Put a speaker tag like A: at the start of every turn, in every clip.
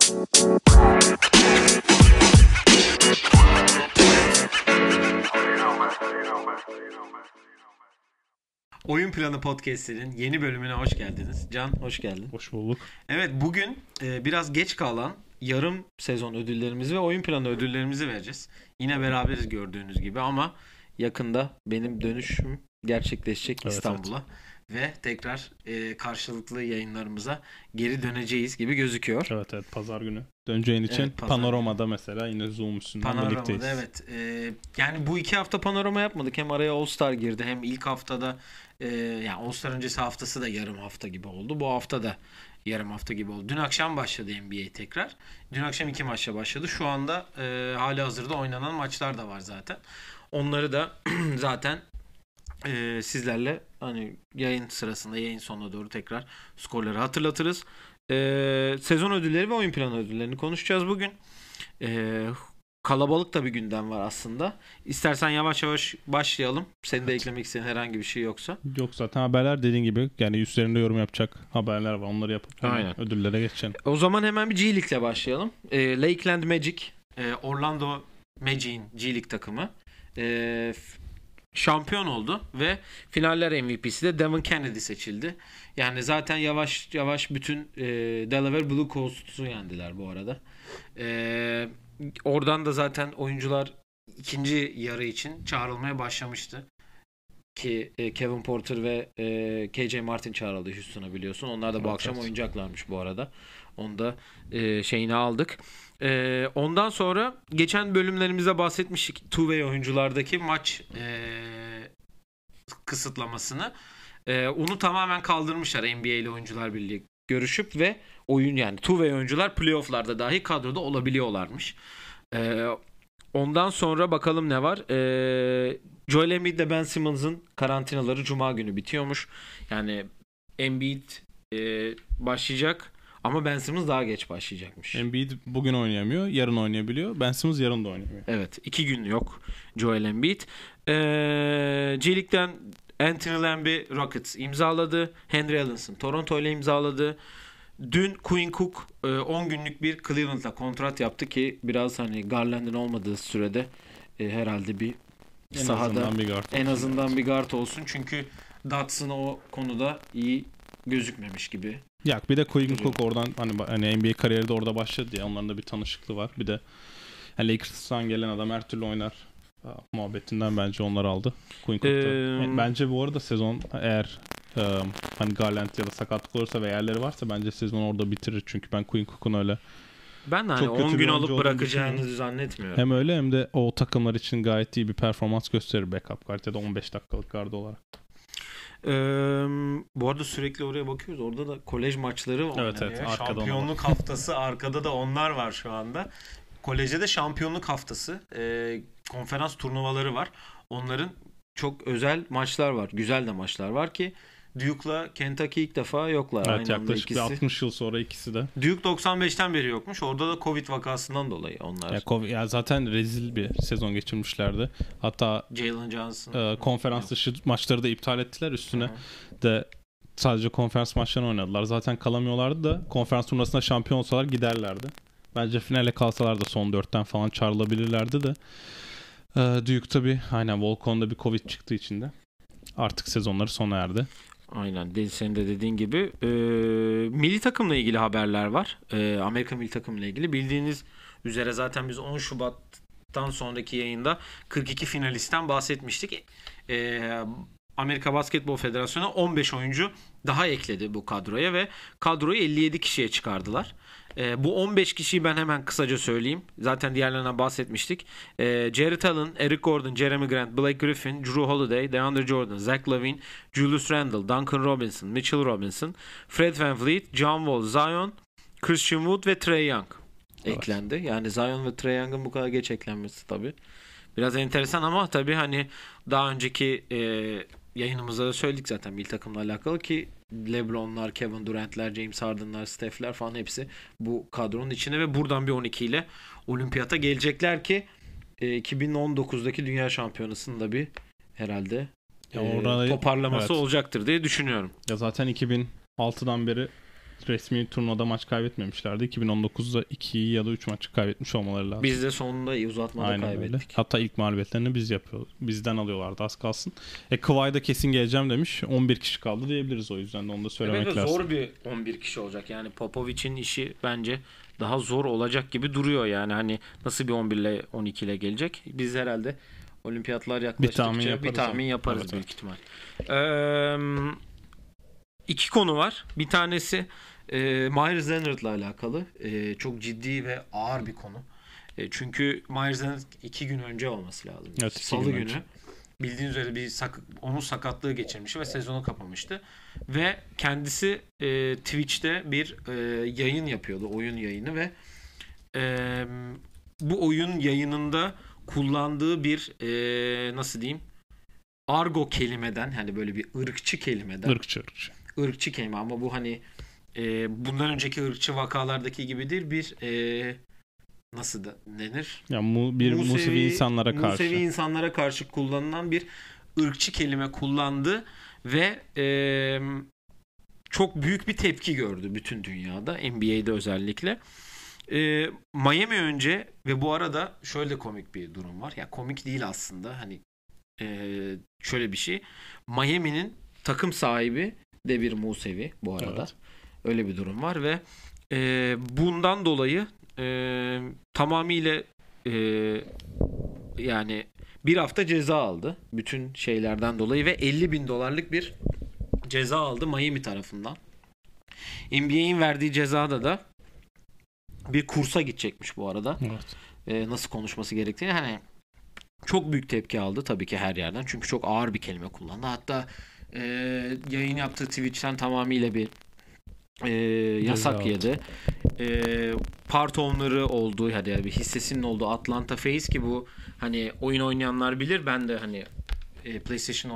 A: Oyun Planı Podcast'inin yeni bölümüne hoş geldiniz. Can, hoş geldin.
B: Hoş bulduk.
A: Evet, bugün biraz geç kalan yarım sezon ödüllerimizi ve oyun planı ödüllerimizi vereceğiz. Yine beraberiz gördüğünüz gibi ama yakında benim dönüşüm gerçekleşecek İstanbul'a. Evet. Ve tekrar karşılıklı yayınlarımıza geri döneceğiz gibi gözüküyor.
B: Evet, pazar günü döneceğin için evet, Panorama'da mesela yine Zoom üstünden birlikteyiz.
A: Evet. Yani bu 2 hafta panorama yapmadık. Hem araya All Star girdi hem ilk haftada yani All Star öncesi haftası da yarım hafta gibi oldu. Bu hafta da yarım hafta gibi oldu. Dün akşam başladı NBA tekrar. Dün akşam 2 maçla başladı. Şu anda hali hazırda oynanan maçlar da var zaten. Onları da zaten sizlerle hani yayın sırasında, yayın sonuna doğru tekrar skorları hatırlatırız. Sezon ödülleri ve oyun planı ödüllerini konuşacağız bugün. Kalabalık da bir gündem var aslında. İstersen yavaş yavaş başlayalım. Senin de eklemek istediğin herhangi bir şey yoksa.
B: Yok, zaten haberler dediğin gibi yani üstlerinde yorum yapacak haberler var. Onları yapıp ödüllere geçelim.
A: O zaman hemen bir G League'le başlayalım. Lakeland Magic, Orlando Magic'in G League takımı şampiyon oldu ve finaller MVP'si de Devin Kennedy seçildi. Yani zaten yavaş yavaş bütün Delaware Blue Coast'u yendiler bu arada. Oradan da zaten oyuncular ikinci yarı için çağrılmaya başlamıştı. Ki Kevin Porter ve KJ Martin çağrıldı Houston'a, biliyorsun. Onlar da bu akşam oynayacaklarmış bu arada. Onu da şeyini aldık. Ondan sonra geçen bölümlerimizde bahsetmiştik two-way oyunculardaki maç kısıtlamasını. Onu tamamen kaldırmışlar NBA ile Oyuncular Birliği görüşüp ve oyun, yani two-way oyuncular playoff'larda dahi kadroda olabiliyorlarmış. Ondan sonra bakalım ne var. Joel Embiid ile Ben Simmons'ın karantinaları Cuma günü bitiyormuş. Yani Embiid başlayacak ama Ben Simmons daha geç başlayacakmış.
B: Embiid bugün oynayamıyor, yarın oynayabiliyor. Ben Simmons yarın da oynayamıyor.
A: Evet, 2 gün yok Joel Embiid. G League'den Anthony Lamb Rockets imzaladı. Henry Ellenson Toronto ile imzaladı. Dün Quinn Cook 10 günlük bir Cleveland'la kontrat yaptı ki biraz hani Garland'ın olmadığı sürede herhalde bir sahada en azından bir guard olsun. Çünkü Dotson o konuda iyi gözükmemiş gibi.
B: Ya bir de Quinn Cook oradan hani NBA kariyeri de orada başladı ya, onların da bir tanışıklığı var. Bir de yani Lakers'tan gelen adam her türlü oynar muhabbetinden bence onları aldı. Quinn Cook'ta. Yani bence bu arada sezon eğer hani Garland ya da sakatlık olursa ve yerleri varsa bence sezon orada bitirir. Çünkü ben Quinn Cook'un öyle
A: ben de hani 10 gün alıp bırakacağını zannetmiyorum.
B: Hem öyle hem de o takımlar için gayet iyi bir performans gösterir backup guard ya da 15 dakikalık guard olarak.
A: Bu arada sürekli oraya bakıyoruz. Orada da kolej maçları oynanıyor.
B: Evet,
A: şampiyonluk haftası arkada da onlar var şu anda. Kolejde de şampiyonluk haftası. Konferans turnuvaları var. Onların çok özel maçlar var. Güzel de maçlar var ki Duke'la Kentucky ilk defa yoklar.
B: Evet, yaklaşık 60 yıl sonra ikisi de.
A: Duke 95'ten beri yokmuş. Orada da Covid vakasından dolayı onlar.
B: Ya zaten rezil bir sezon geçirmişlerdi. Hatta
A: Jalen Johnson
B: konferans dışı maçları da iptal ettiler. Üstüne de sadece konferans maçlarını oynadılar. Zaten kalamıyorlardı da konferans turnuvasında şampiyon olsalar giderlerdi. Bence finale kalsalar da son 4'ten falan çağrılabilirlerdi de. Duke tabii aynen Volcon'da bir Covid çıktığı için de artık sezonları sona erdi.
A: Aynen. Senin de dediğin gibi. Milli takımla ilgili haberler var. Amerika milli takımla ilgili. Bildiğiniz üzere zaten biz 10 Şubat'tan sonraki yayında 42 finalistten bahsetmiştik. Amerika Basketbol Federasyonu 15 oyuncu daha ekledi bu kadroya ve kadroyu 57 kişiye çıkardılar. Bu 15 kişiyi ben hemen kısaca söyleyeyim. Zaten diğerlerinden bahsetmiştik. Jarrett Allen, Eric Gordon, Jeremy Grant, Blake Griffin, Jrue Holiday, DeAndre Jordan, Zach LaVine, Julius Randle, Duncan Robinson, Mitchell Robinson, Fred VanVleet, John Wall, Zion, Christian Wood ve Trae Young eklendi. Yani Zion ve Trae Young'ın bu kadar geç eklenmesi tabii biraz enteresan ama tabii hani daha önceki yayınımızda da söyledik zaten milli takımla alakalı ki LeBron'lar, Kevin Durant'ler, James Harden'lar, Steph'ler falan hepsi bu kadronun içine ve buradan bir 12 ile olimpiyata gelecekler ki 2019'daki Dünya Şampiyonası'nda bir herhalde toparlaması olacaktır diye düşünüyorum.
B: Ya zaten 2006'dan beri resmi turnuvada maç kaybetmemişlerdi. 2019'da 2 ya da 3 maç kaybetmiş olmaları lazım.
A: Biz de sonunda uzatmada
B: aynen
A: kaybettik.
B: Öyle. Hatta ilk mağlubiyetlerini biz yapıyoruz. Bizden alıyorlardı az kalsın. Kıvay da kesin geleceğim demiş. 11 kişi kaldı diyebiliriz, o yüzden de onu da söylemek
A: evet,
B: lazım.
A: Zor bir 11 kişi olacak. Yani Popovic'in işi bence daha zor olacak gibi duruyor yani. Hani nasıl bir 11 ile 12 ile gelecek? Biz herhalde olimpiyatlar yaklaştıkça bir tahmin yaparız evet, büyük ihtimal. İki konu var. Bir tanesi Meyers Leonard'la alakalı. Çok ciddi ve ağır bir konu. Çünkü Meyers Leonard 2 gün önce olması lazım.
B: Evet,
A: Salı günü. Bildiğiniz üzere onun sakatlığı geçirmiş ve sezonu kapamıştı. Ve kendisi Twitch'te bir yayın yapıyordu. Oyun yayını ve bu oyun yayınında kullandığı bir nasıl diyeyim, argo kelimeden, hani böyle bir ırkçı kelimeden. Irkçı kelime ama bu hani bundan önceki ırkçı vakalardaki gibi değil, bir nasıl da denir?
B: Ya Musevi insanlara karşı.
A: Musevi insanlara karşı kullanılan bir ırkçı kelime kullandı ve çok büyük bir tepki gördü bütün dünyada, NBA'de özellikle. Miami önce ve bu arada şöyle komik bir durum var. Ya komik değil aslında. Hani şöyle bir şey. Miami'nin takım sahibi de bir Musevi bu arada. Evet. Öyle bir durum var ve bundan dolayı tamamıyla yani bir hafta ceza aldı bütün şeylerden dolayı ve $50,000 bir ceza aldı Miami tarafından. NBA'in verdiği cezada da bir kursa gidecekmiş bu arada.
B: Evet.
A: Nasıl konuşması gerektiğini, hani çok büyük tepki aldı tabii ki her yerden. Çünkü çok ağır bir kelime kullandı. Hatta yayın yaptığı Twitch'ten tamamıyla bir yasak yedi. Part owner'ı olduğu, hadi bir hissesinin olduğu Atlanta Phase, ki bu hani oyun oynayanlar bilir. Ben de hani PlayStation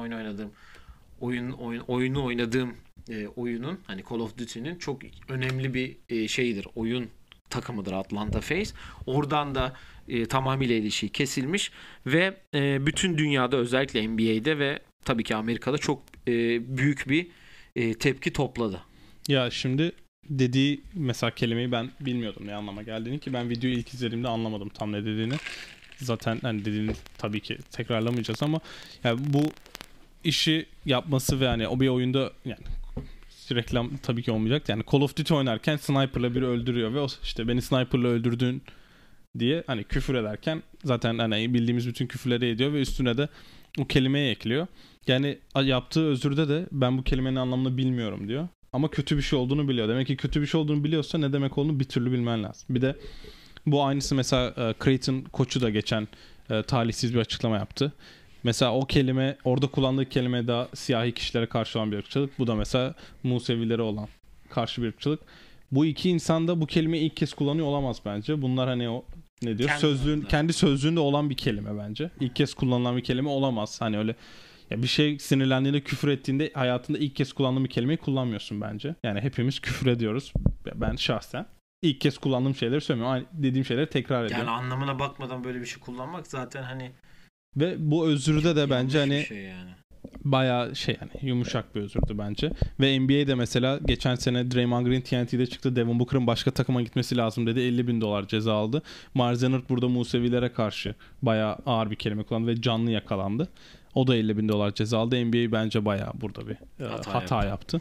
A: oyunu oynadığım oyunun, hani Call of Duty'nin çok önemli bir şeydir. Oyun takımıdır Atlanta Phase. Oradan da tamamıyla ilişki kesilmiş ve bütün dünyada, özellikle NBA'de ve tabii ki Amerika'da çok büyük bir tepki topladı.
B: Ya şimdi dediği mesela kelimeyi ben bilmiyordum ne anlama geldiğini, ki ben videoyu ilk izlediğimde anlamadım tam ne dediğini. Zaten hani dediğini tabii ki tekrarlamayacağız ama yani bu işi yapması ve hani o bir oyunda, yani reklam tabii ki olmayacak. Yani Call of Duty oynarken sniper'la biri öldürüyor ve o işte beni sniper'la öldürdün diye hani küfür ederken zaten hani bildiğimiz bütün küfürleri ediyor ve üstüne de o kelimeyi ekliyor. Yani yaptığı özürde de ben bu kelimenin anlamını bilmiyorum diyor. Ama kötü bir şey olduğunu biliyor. Demek ki kötü bir şey olduğunu biliyorsa ne demek olduğunu bir türlü bilmen lazım. Bir de bu aynısı mesela Creighton koçu da geçen talihsiz bir açıklama yaptı. Mesela o kelime, orada kullandığı kelime daha siyahi kişilere karşı olan bir ırkçılık. Bu da mesela Musevilere olan karşı bir ırkçılık. Bu iki insan da bu kelimeyi ilk kez kullanıyor olamaz bence. Bunlar hani o ne diyor? Kendi sözlüğünde olan bir kelime bence. İlk kez kullanılan bir kelime olamaz. Hani öyle ya bir şey sinirlendiğinde, küfür ettiğinde hayatında ilk kez kullandığın bir kelimeyi kullanmıyorsun bence. Yani hepimiz küfür ediyoruz. Ben şahsen ilk kez kullandığım şeyleri söylemiyorum. Aynı dediğim şeyleri tekrar ediyorum.
A: Yani anlamına bakmadan böyle bir şey kullanmak zaten hani.
B: Ve bu özürde de bence hani
A: şey yani.
B: Bayağı yani yumuşak bir özürdü bence. Ve NBA'de mesela geçen sene Draymond Green TNT'de çıktı. Devin Booker'ın başka takıma gitmesi lazım dedi. $50,000 ceza aldı. Meyers Leonard burada Musevilere karşı bayağı ağır bir kelime kullandı ve canlı yakalandı. O da $50,000 ceza aldı. NBA bence bayağı burada bir hata yaptı.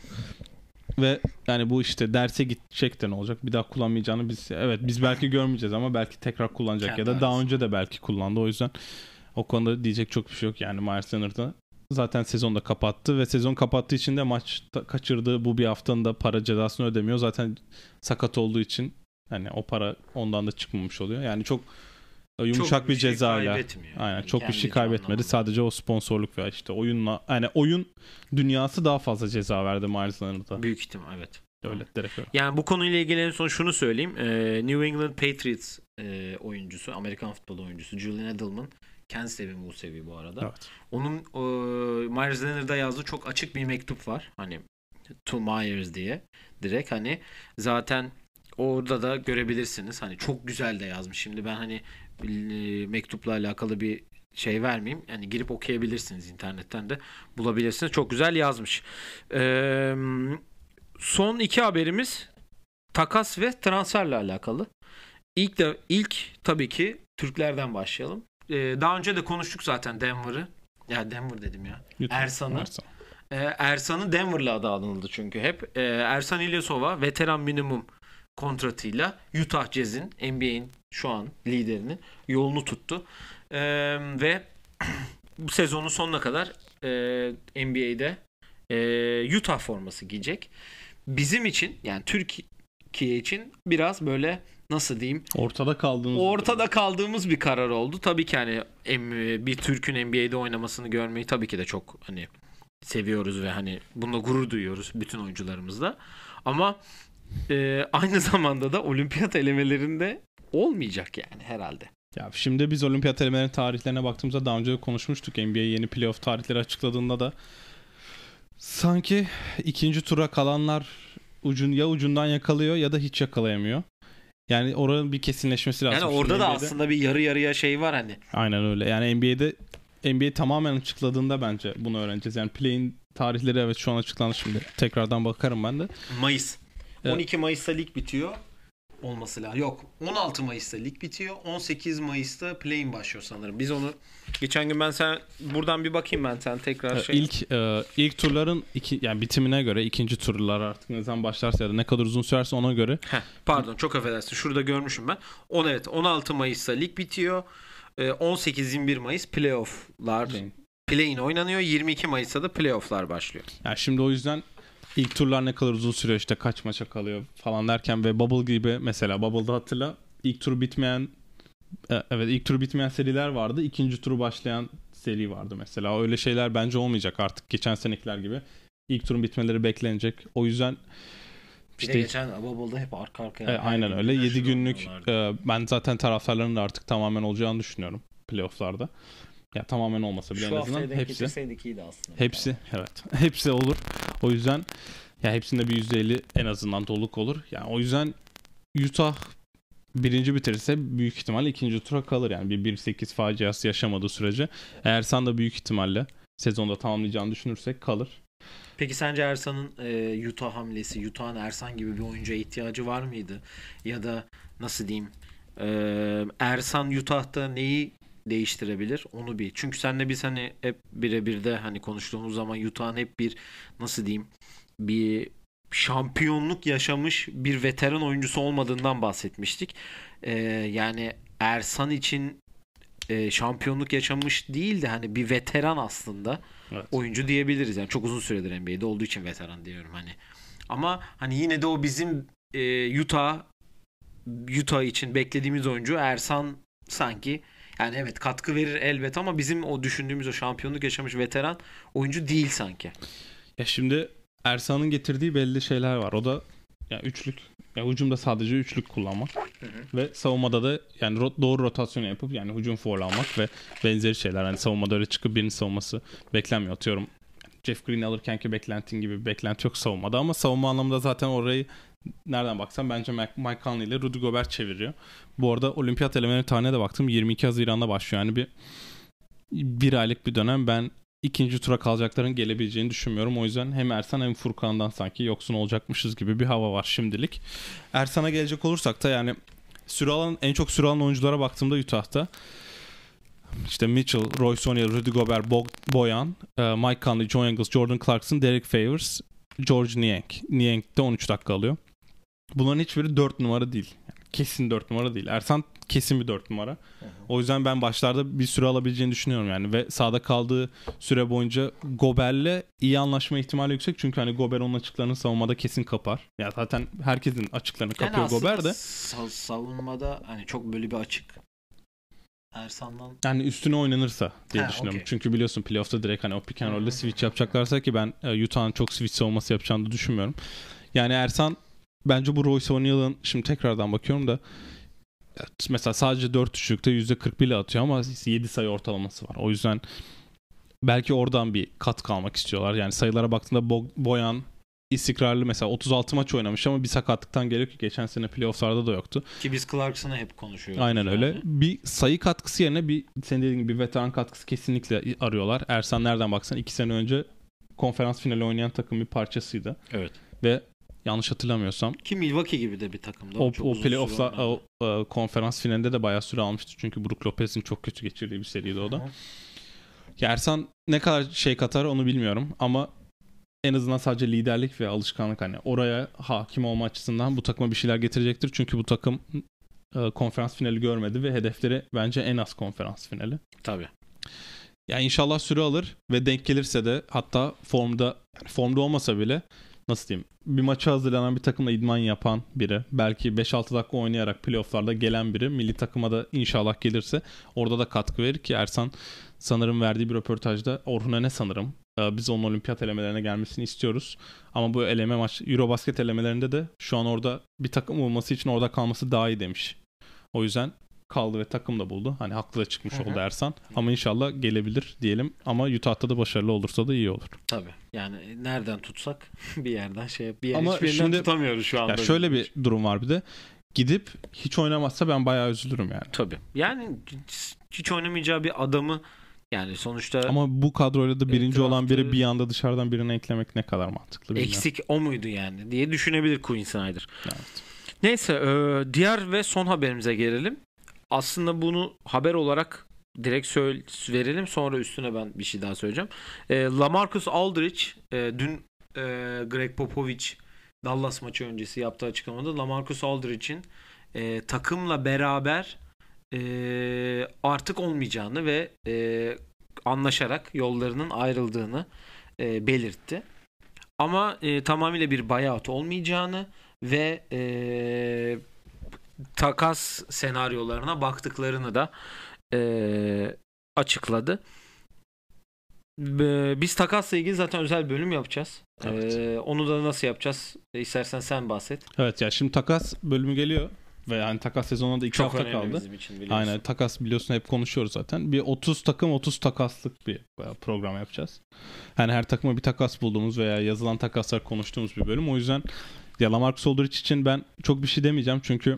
B: Ve yani bu işte derse gidecek de ne olacak? Bir daha kullanmayacağını biz belki görmeyeceğiz ama belki tekrar kullanacak. Kendi ya da daha önce de belki kullandı. O yüzden o konuda diyecek çok bir şey yok yani Meyers Leonard'a. Zaten sezonu da kapattı ve sezon kapattığı için de maçta kaçırdığı bu bir haftanın da para cezasını ödemiyor. Zaten sakat olduğu için hani o para ondan da çıkmamış oluyor. Yani çok yumuşak bir cezayla. Aynen, çok bir şey kaybetmedi. Anlamında. Sadece o sponsorluk ve işte oyunla, yani oyun dünyası daha fazla ceza verdi Meyers Leonard'a.
A: Büyük ihtimal evet.
B: Öyle direkt öyle.
A: Yani bu konuyla ilgili en son şunu söyleyeyim. New England Patriots oyuncusu, Amerikan futbol oyuncusu Julian Edelman, kendisi de bir Musevi bu arada.
B: Evet.
A: Onun Meyers Leonard'a yazdığı çok açık bir mektup var. Hani to Meyers diye. Direkt hani zaten orada da görebilirsiniz. Hani çok güzel de yazmış. Şimdi ben hani mektupla alakalı bir şey vermeyeyim. Yani girip okuyabilirsiniz, internetten de bulabilirsiniz. Çok güzel yazmış. Son iki haberimiz takas ve transferle alakalı. İlk tabii ki Türklerden başlayalım. Daha önce de konuştuk zaten Denver'ı. Ya Denver dedim ya. Ersan'ı. Ersan'ın Denver'la adı alınıldı çünkü hep. Ersan İlyasova veteran minimum kontratıyla Utah Jazz'in, NBA'in şu an liderinin yolunu tuttu. Ve bu sezonun sonuna kadar NBA'de Utah forması giyecek. Bizim için, yani Türkiye için biraz böyle, nasıl diyeyim, ortada kaldığımız bir karar oldu. Tabii ki hani bir Türk'ün NBA'de oynamasını görmeyi tabii ki de çok hani seviyoruz ve hani bununla gurur duyuyoruz bütün oyuncularımızla. Ama aynı zamanda da olimpiyat elemelerinde olmayacak yani herhalde.
B: Ya şimdi biz olimpiyat elemelerinin tarihlerine baktığımızda daha önce de konuşmuştuk. NBA yeni playoff tarihleri açıkladığında da sanki ikinci tura kalanlar ucundan yakalıyor ya da hiç yakalayamıyor. Yani oranın bir kesinleşmesi lazım.
A: Yani orada da NBA'de aslında bir yarı yarıya şey var hani.
B: Aynen öyle. Yani NBA tamamen açıkladığında bence bunu öğreneceğiz. Yani play-in tarihleri evet şu an açıklandı şimdi. Tekrardan bakarım ben de.
A: Mayıs. Evet. 12 Mayıs'ta lig bitiyor. Olması lazım. Yok. 16 Mayıs'ta lig bitiyor. 18 Mayıs'ta play-in başlıyor sanırım. Biz onu geçen gün buradan bir bakayım ben sen tekrar
B: İlk turların yani bitimine göre ikinci turlar artık ne zaman başlarsa ya da ne kadar uzun sürerse ona göre.
A: Pardon çok affedersin. Şurada görmüşüm ben. 16 Mayıs'ta lig bitiyor. 18-21 Mayıs playoff'lar play-in oynanıyor. 22 Mayıs'ta da playoff'lar başlıyor.
B: Yani şimdi o yüzden İlk turlar ne kadar uzun sürüyor, işte kaç maça kalıyor falan derken ve Bubble gibi, mesela Bubble'da hatırla ilk turu bitmeyen seriler vardı. İkinci turu başlayan seri vardı mesela. Öyle şeyler bence olmayacak artık geçen senekiler gibi. İlk turun bitmeleri beklenecek. O yüzden
A: işte geçen Bubble'da hep arka arkaya.
B: Aynen öyle. 7 günlük ben zaten taraftarların da artık tamamen olacağını düşünüyorum playoff'larda. Ya tamamen olmasa bile en azından hepsi. Hepsi yani. Evet. Hepsi olur. O yüzden ya hepsinde bir %50 en azından doluluk olur. Yani o yüzden Utah birinci bitirirse büyük ihtimalle ikinci tura kalır. Yani bir 1-8 faciası yaşamadığı sürece. Ersan da büyük ihtimalle sezonda tamamlayacağını düşünürsek kalır.
A: Peki sence Ersan'ın Utah hamlesi, Utah'ın Ersan gibi bir oyuncuya ihtiyacı var mıydı? Ya da nasıl diyeyim, Ersan Utah'ta neyi değiştirebilir onu bir. Çünkü senle biz hani hep birebir de hani konuştuğumuz zaman Utah'ın hep bir, nasıl diyeyim, bir şampiyonluk yaşamış bir veteran oyuncusu olmadığından bahsetmiştik. Yani Ersan için şampiyonluk yaşamış değil de hani bir veteran aslında oyuncu diyebiliriz. Yani çok uzun süredir NBA'de olduğu için veteran diyorum hani. Ama hani yine de o bizim Utah için beklediğimiz oyuncu Ersan sanki. Yani evet katkı verir elbet ama bizim o düşündüğümüz o şampiyonluk yaşamış veteran oyuncu değil sanki.
B: Ya şimdi Ersan'ın getirdiği belli şeyler var. O da yani üçlük. Ya hücumda sadece üçlük kullanmak. Ve savunmada da yani doğru rotasyon yapıp yani hücum foul ve benzeri şeyler. Hani savunmada öyle çıkıp birinin savunması beklenmiyor. Atıyorum Jeff Green alırkenki beklentin gibi bir beklenti yok savunmada ama savunma anlamında zaten orayı nereden baksan bence Mike Conley ile Rudy Gobert çeviriyor. Bu arada olimpiyat elemeleri tarihine de baktım. 22 Haziran'da başlıyor. Yani bir aylık bir dönem. Ben ikinci tura kalacakların gelebileceğini düşünmüyorum. O yüzden hem Ersan hem Furkan'dan sanki yoksun olacakmışız gibi bir hava var şimdilik. Ersan'a gelecek olursak da yani en çok süre alan oyunculara baktığımda Utah'ta işte Mitchell, Royce O'Neal, Rudy Gobert, Bojan, Mike Conley, Joe Ingles, Jordan Clarkson, Derek Favors, George Niang. Niang de 13 dakika alıyor. Bunların hiçbiri 4 numara değil. Yani kesin 4 numara değil. Ersan kesin bir 4 numara. O yüzden ben başlarda bir süre alabileceğini düşünüyorum yani. Ve sahada kaldığı süre boyunca Gobert'le iyi anlaşma ihtimali yüksek. Çünkü hani Gobert onun açıklarını savunmada kesin kapar. Ya zaten herkesin açıklarını kapıyor yani Gobert de.
A: Savunmada hani çok böyle bir açık Ersan'dan.
B: Yani üstüne oynanırsa diye düşünüyorum. Okay. Çünkü biliyorsun playoff'ta direkt hani o pick and roll'de switch yapacaklarsa ki ben Utah'ın çok switch savunması yapacağını da düşünmüyorum. Yani Ersan bence bu Royce O'Neal'ın, şimdi tekrardan bakıyorum da mesela sadece 4 üçlükte %41 ile atıyor ama 7 sayı ortalaması var. O yüzden belki oradan bir katkı almak istiyorlar. Yani sayılara baktığında Bojan istikrarlı, mesela 36 maç oynamış ama bir sakatlıktan geliyor ki geçen sene playoff'larda da yoktu.
A: Ki biz Clarkson'ı hep konuşuyoruz.
B: Aynen öyle. Yani. Bir sayı katkısı yerine bir senin dediğin gibi bir veteran katkısı kesinlikle arıyorlar. Ersan nereden baksan 2 sene önce konferans finali oynayan takım bir parçasıydı.
A: Evet.
B: Ve Yanlış hatırlamıyorsam.
A: Ki Milwaukee gibi de bir takımda.
B: O playoff'la konferans finalinde de bayağı süre almıştı. Çünkü Brook Lopez'in çok kötü geçirdiği bir seriydi o da. Ya Ersan ne kadar şey katar onu bilmiyorum ama en azından sadece liderlik ve alışkanlık, hani oraya hakim olma açısından bu takıma bir şeyler getirecektir. Çünkü bu takım konferans finali görmedi ve hedefleri bence en az konferans finali.
A: Tabii.
B: Yani inşallah süre alır ve denk gelirse de, hatta formda olmasa bile, nasıl diyeyim, bir maça hazırlanan bir takımla idman yapan biri, belki 5-6 dakika oynayarak playoff'larda gelen biri milli takıma da inşallah gelirse orada da katkı verir ki Ersan sanırım verdiği bir röportajda Orhun'a ne sanırım biz onun olimpiyat elemelerine gelmesini istiyoruz. Ama bu eleme maç Eurobasket elemelerinde de şu an orada bir takım olması için orada kalması daha iyi demiş. O yüzden kaldı ve takım da buldu. Hani haklı da çıkmış oldu Ersan. Ama inşallah gelebilir diyelim. Ama Utah'ta da başarılı olursa da iyi olur.
A: Tabii. Yani nereden tutsak bir yerden
B: ama
A: hiçbirinden tutamıyoruz şu anda.
B: Ya şöyle bir durum var bir de. Gidip hiç oynamazsa ben bayağı üzülürüm yani.
A: Tabii. Yani hiç oynamayacağı bir adamı, yani sonuçta,
B: ama bu kadroyla da birinci olan biri bir anda dışarıdan birini eklemek ne kadar mantıklı bilmiyorum.
A: Eksik o muydu yani diye düşünebilir Quinn Snyder.
B: Evet.
A: Neyse, diğer ve son haberimize gelelim. Aslında bunu haber olarak direkt verelim, sonra üstüne ben bir şey daha söyleyeceğim. LaMarcus Aldridge dün Greg Popovich Dallas maçı öncesi yaptığı açıklamada LaMarcus Aldridge'in takımla beraber artık olmayacağını ve anlaşarak yollarının ayrıldığını belirtti. Ama tamamıyla bir buyout olmayacağını ve takas senaryolarına baktıklarını da açıkladı. Biz takasla ilgili zaten özel bölüm yapacağız. Evet. Onu da nasıl yapacağız? İstersen sen bahset.
B: Evet ya, şimdi takas bölümü geliyor. Ve yani takas sezonunda 2 hafta kaldı.
A: Bizim için,
B: aynen, takas biliyorsun, hep konuşuyoruz zaten. Bir 30 takım 30 takaslık bir program yapacağız. Yani her takıma bir takas bulduğumuz veya yazılan takaslar konuştuğumuz bir bölüm. O yüzden ya LaMarcus Aldridge için ben çok bir şey demeyeceğim. Çünkü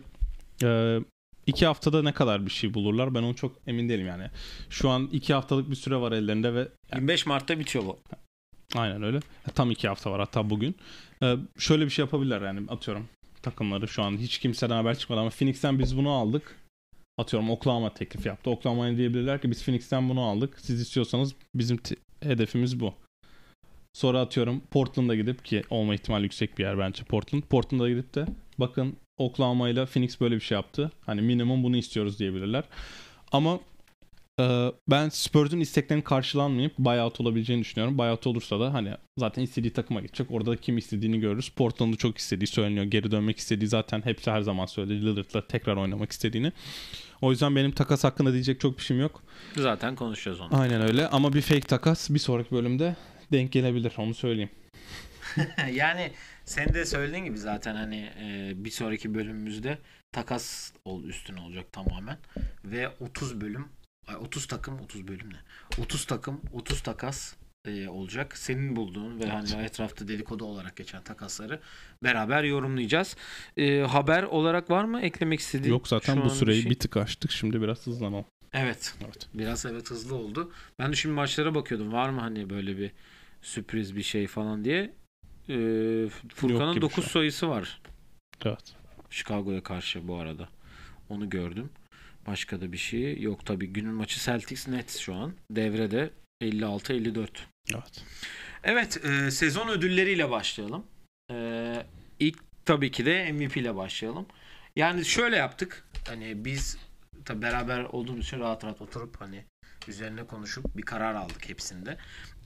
B: 2 haftada ne kadar bir şey bulurlar ben onu çok emin değilim yani. Şu an 2 haftalık bir süre var ellerinde ve yani
A: 25 Mart'ta bitiyor bu.
B: Aynen öyle. Tam 2 hafta var hatta bugün. Şöyle bir şey yapabilirler yani, atıyorum. Takımları şu an hiç kimseden haber çıkmadı ama Phoenix'ten biz bunu aldık. Atıyorum Oklahoma teklif yaptı. Oklahoma'ya diyebilirler ki biz Phoenix'ten bunu aldık. Siz istiyorsanız bizim hedefimiz bu. Sonra atıyorum Portland'a gidip, ki olma ihtimali yüksek bir yer bence Portland. Portland'a gidip de bakın Oklahoma ile Phoenix böyle bir şey yaptı. Hani minimum bunu istiyoruz diyebilirler. Ama ben Spurs'un isteklerinin karşılanmayıp buyout olabileceğini düşünüyorum. Buyout olursa da hani zaten istediği takıma gidecek. Orada da kim istediğini görürüz. Portland'ı çok istediği söyleniyor. Geri dönmek istediği zaten hepsi her zaman söyledi. Lillard'la tekrar oynamak istediğini. O yüzden benim takas hakkında diyecek çok bir şeyim yok.
A: Zaten konuşacağız onu.
B: Aynen öyle, ama bir fake takas bir sonraki bölümde denk gelebilir, onu söyleyeyim.
A: Yani sen de söylediğin gibi zaten hani bir sonraki bölümümüzde takas üstüne olacak tamamen. Ve 30 bölüm 30 takım 30 bölüm ne? 30 takım 30 takas olacak. Senin bulduğun ve hani etrafta dedikodu olarak geçen takasları beraber yorumlayacağız. Haber olarak var mı eklemek istediğin?
B: Yok, zaten bu süreyi bir tık açtık. Şimdi biraz hızlanalım.
A: Evet. Biraz hızlı oldu. Ben de şimdi maçlara bakıyordum. Var mı hani böyle bir sürpriz bir şey falan diye. Furkan'ın 9 sayısı var.
B: Evet.
A: Chicago'ya karşı bu arada. Onu gördüm. Başka da bir şey yok tabii. Günün maçı Celtics Nets şu an. Devrede 56-54.
B: Evet.
A: Evet, sezon ödülleriyle başlayalım. İlk tabii ki de MVP ile başlayalım. Yani şöyle yaptık. Hani biz tabii beraber olduğumuz için rahat rahat oturup hani üzerine konuşup bir karar aldık hepsinde.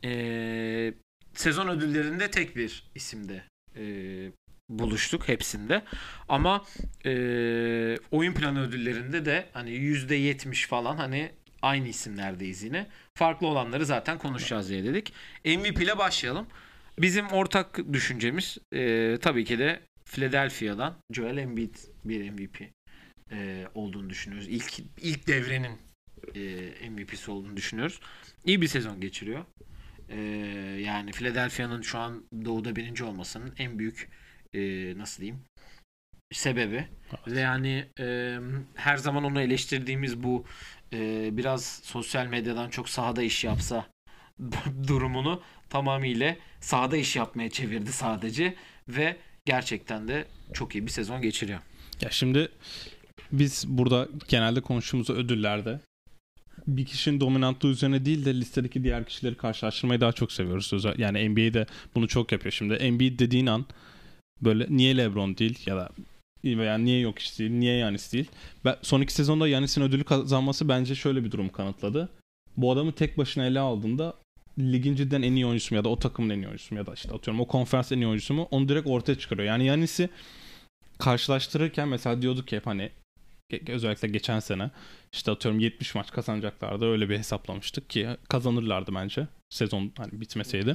A: Sezon ödüllerinde tek bir isimde buluştuk hepsinde. Ama oyun planı ödüllerinde de hani %70 falan hani aynı isimlerdeyiz yine. Farklı olanları zaten konuşacağız diye dedik. MVP ile başlayalım. Bizim ortak düşüncemiz tabii ki de Philadelphia'dan Joel Embiid bir MVP olduğunu düşünüyoruz. İlk devrenin MVP'si olduğunu düşünüyoruz. İyi bir sezon geçiriyor. Yani Philadelphia'nın şu an doğuda birinci olmasının en büyük nasıl diyeyim sebebi. Evet. Ve yani her zaman onu eleştirdiğimiz bu biraz sosyal medyadan çok sahada iş yapsa durumunu tamamıyla sahada iş yapmaya çevirdi sadece ve gerçekten de çok iyi bir sezon geçiriyor.
B: Ya şimdi biz burada genelde konuştuğumuz ödüllerde bir kişinin dominantlığı üzerine değil de listedeki diğer kişileri karşılaştırmayı daha çok seviyoruz. Yani NBA'de bunu çok yapıyor. Şimdi NBA dediğin an böyle niye LeBron değil ya da veya niye yok iş değil, niye Giannis değil. Son 2 sezonda Giannis'in ödülü kazanması bence şöyle bir durum kanıtladı. Bu adamı tek başına ele aldığında ligin cidden en iyi oyuncusu mu ya da o takımın en iyi oyuncusu mu ya da işte atıyorum o konferans en iyi oyuncusu mu, onu direkt ortaya çıkarıyor. Yani Giannis'i karşılaştırırken mesela diyorduk ki hep hani özellikle geçen sene işte atıyorum 70 maç kazanacaklardı, öyle bir hesaplamıştık ki kazanırlardı bence sezon hani bitmeseydi.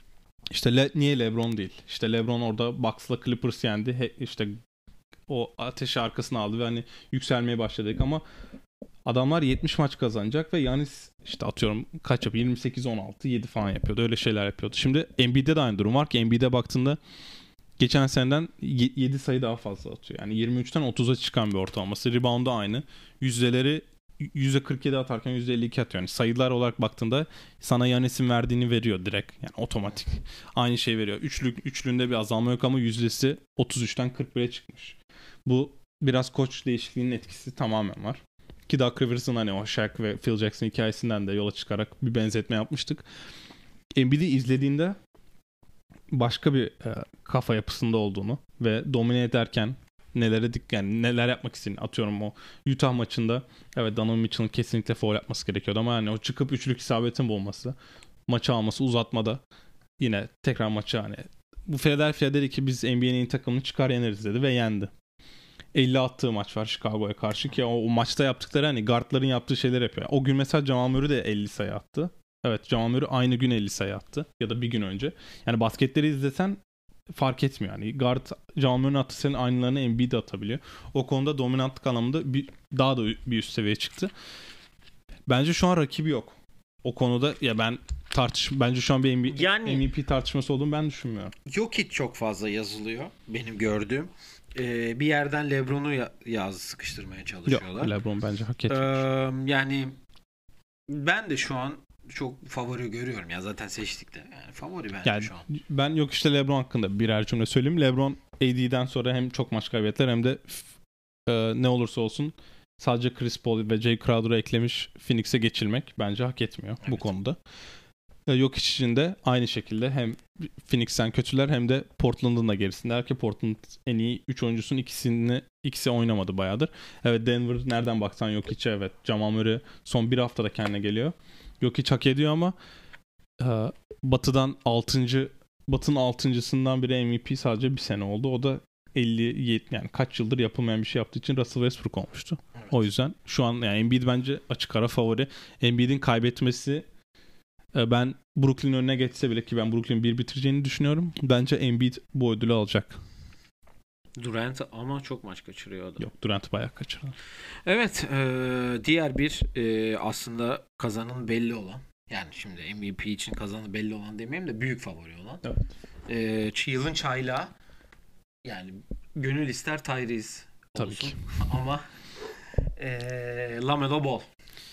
B: İşte niye LeBron değil? İşte LeBron orada Bucks'la Clippers yendi. İşte o ateşi arkasına aldı ve hani yükselmeye başladık ama adamlar 70 maç kazanacak ve Giannis işte atıyorum kaç yapıyor? 28-16, 7 falan yapıyordu. Öyle şeyler yapıyordu. Şimdi Embiid'de de aynı durum var ki Embiid'e baktığında geçen seneden 7 sayı daha fazla atıyor. Yani 23'ten 30'a çıkan bir ortalaması. Rebound'da aynı. Yüzdeleri %47 atarken %52 atıyor. Yani sayılar olarak baktığında sana Giannis'in verdiğini veriyor direkt. Yani otomatik. Aynı şey veriyor. Üçlüğünde bir azalma yok ama yüzdesi 33'ten 41'e çıkmış. Bu biraz koç değişikliğinin etkisi tamamen var. Ki Doug Rivers'ın hani o Shaq ve Phil Jackson hikayesinden de yola çıkarak bir benzetme yapmıştık. Embiid'i izlediğinde başka bir kafa yapısında olduğunu ve domine ederken neler yapmak istediğini, atıyorum o Utah maçında evet Donovan Mitchell'ın kesinlikle foul yapması gerekiyordu ama hani o çıkıp üçlük isabetin bulması, maçı alması uzatmada yine tekrar maçı hani bu Philadelphia dedi ki biz NBA'nin takımını çıkar yeneriz dedi ve yendi. 50 attığı maç var Chicago'ya karşı ki o maçta yaptıkları hani guardların yaptığı şeyler yapıyor. O gün mesela Jamal Murray de 50 sayı attı. Evet, Jamal Murray aynı gün 50 sayı attı ya da bir gün önce. Yani basketleri izlesen fark etmiyor. Yani guard Jamal Murray'nin attığı senin aynılarını Embiid de atabiliyor. O konuda dominantlık anlamında daha da bir üst seviyeye çıktı. Bence şu an rakibi yok. O konuda ya bence şu an bir MVP tartışması olduğunu ben düşünmüyorum.
A: Jokic çok fazla yazılıyor benim gördüğüm. Bir yerden LeBron'u sıkıştırmaya çalışıyorlar.
B: Yok, LeBron bence hak etmiyor.
A: Yani ben de şu an çok favori görüyorum ya, zaten seçtik de. Yani favori bence
B: yani,
A: şu an.
B: Ben yok işte LeBron hakkında birer cümle söyleyeyim. LeBron AD'den sonra hem çok maç kaybettiler hem de ne olursa olsun sadece Chris Paul ve Jay Crowder'ı eklemiş Phoenix'e geçilmek bence hak etmiyor bu konuda. Yok için de aynı şekilde hem Phoenix'ten kötüler hem de Portland'ın da gerisindeler ki Portland en iyi 3 oyuncusunun ikisi oynamadı bayağıdır. Evet, Denver nereden baksan Jokic'e evet. Jamal Murray son bir haftada kendine geliyor. Jokic hak ediyor ama Batı'nın 6.'sından biri MVP sadece bir sene oldu. O da 50 yani kaç yıldır yapılmayan bir şey yaptığı için Russell Westbrook olmuştu. Evet. O yüzden şu an yani Embiid bence açık ara favori. Embiid'in kaybetmesi ben Brooklyn önüne geçse bile ki ben Brooklyn'in bir bitireceğini düşünüyorum. Bence Embiid bu ödülü alacak.
A: Durant ama çok maç kaçırıyor adam.
B: Yok, Durant bayağı kaçırdı.
A: Evet, diğer bir aslında kazanın belli olan, yani şimdi MVP için kazanı belli olan demeyeyim de büyük favori olan.
B: Evet.
A: Yılın çaylağı, yani gönül ister Tyrese
B: tabii
A: olsun.
B: Ki.
A: Ama LaMelo Ball.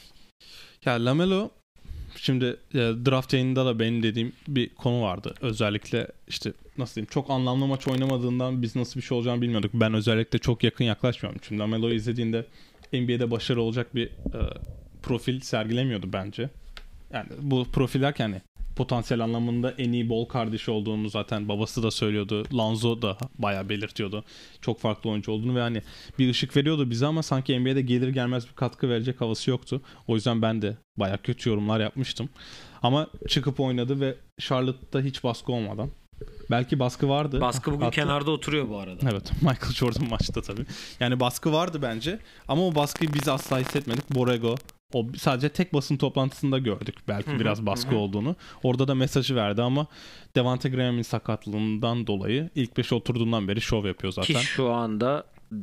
B: Ya LaMelo şimdi draft yayınında da benim dediğim bir konu vardı. Özellikle işte nasıl diyeyim, çok anlamlı maç oynamadığından biz nasıl bir şey olacağını bilmiyorduk. Ben özellikle çok yakın yaklaşmıyorum. Çünkü LaMelo'yu izlediğinde NBA'de başarılı olacak bir profil sergilemiyordu bence. Yani bu profil derken hani potansiyel anlamında en iyi bol kardeşi olduğunu zaten babası da söylüyordu. Lonzo da bayağı belirtiyordu. Çok farklı oyuncu olduğunu ve hani bir ışık veriyordu bize ama sanki NBA'de gelir gelmez bir katkı verecek havası yoktu. O yüzden ben de bayağı kötü yorumlar yapmıştım. Ama çıkıp oynadı ve Charlotte'da hiç baskı olmadan. Belki baskı vardı.
A: Baskı bugün kenarda oturuyor bu arada.
B: Evet. Michael Jordan maçta tabii. Yani baskı vardı bence. Ama o baskıyı biz asla hissetmedik. Borrego o sadece tek basın toplantısında gördük belki biraz baskı olduğunu. Orada da mesajı verdi ama Devonte Graham'in sakatlığından dolayı ilk 5'e oturduğundan beri şov yapıyor zaten.
A: Ki şu anda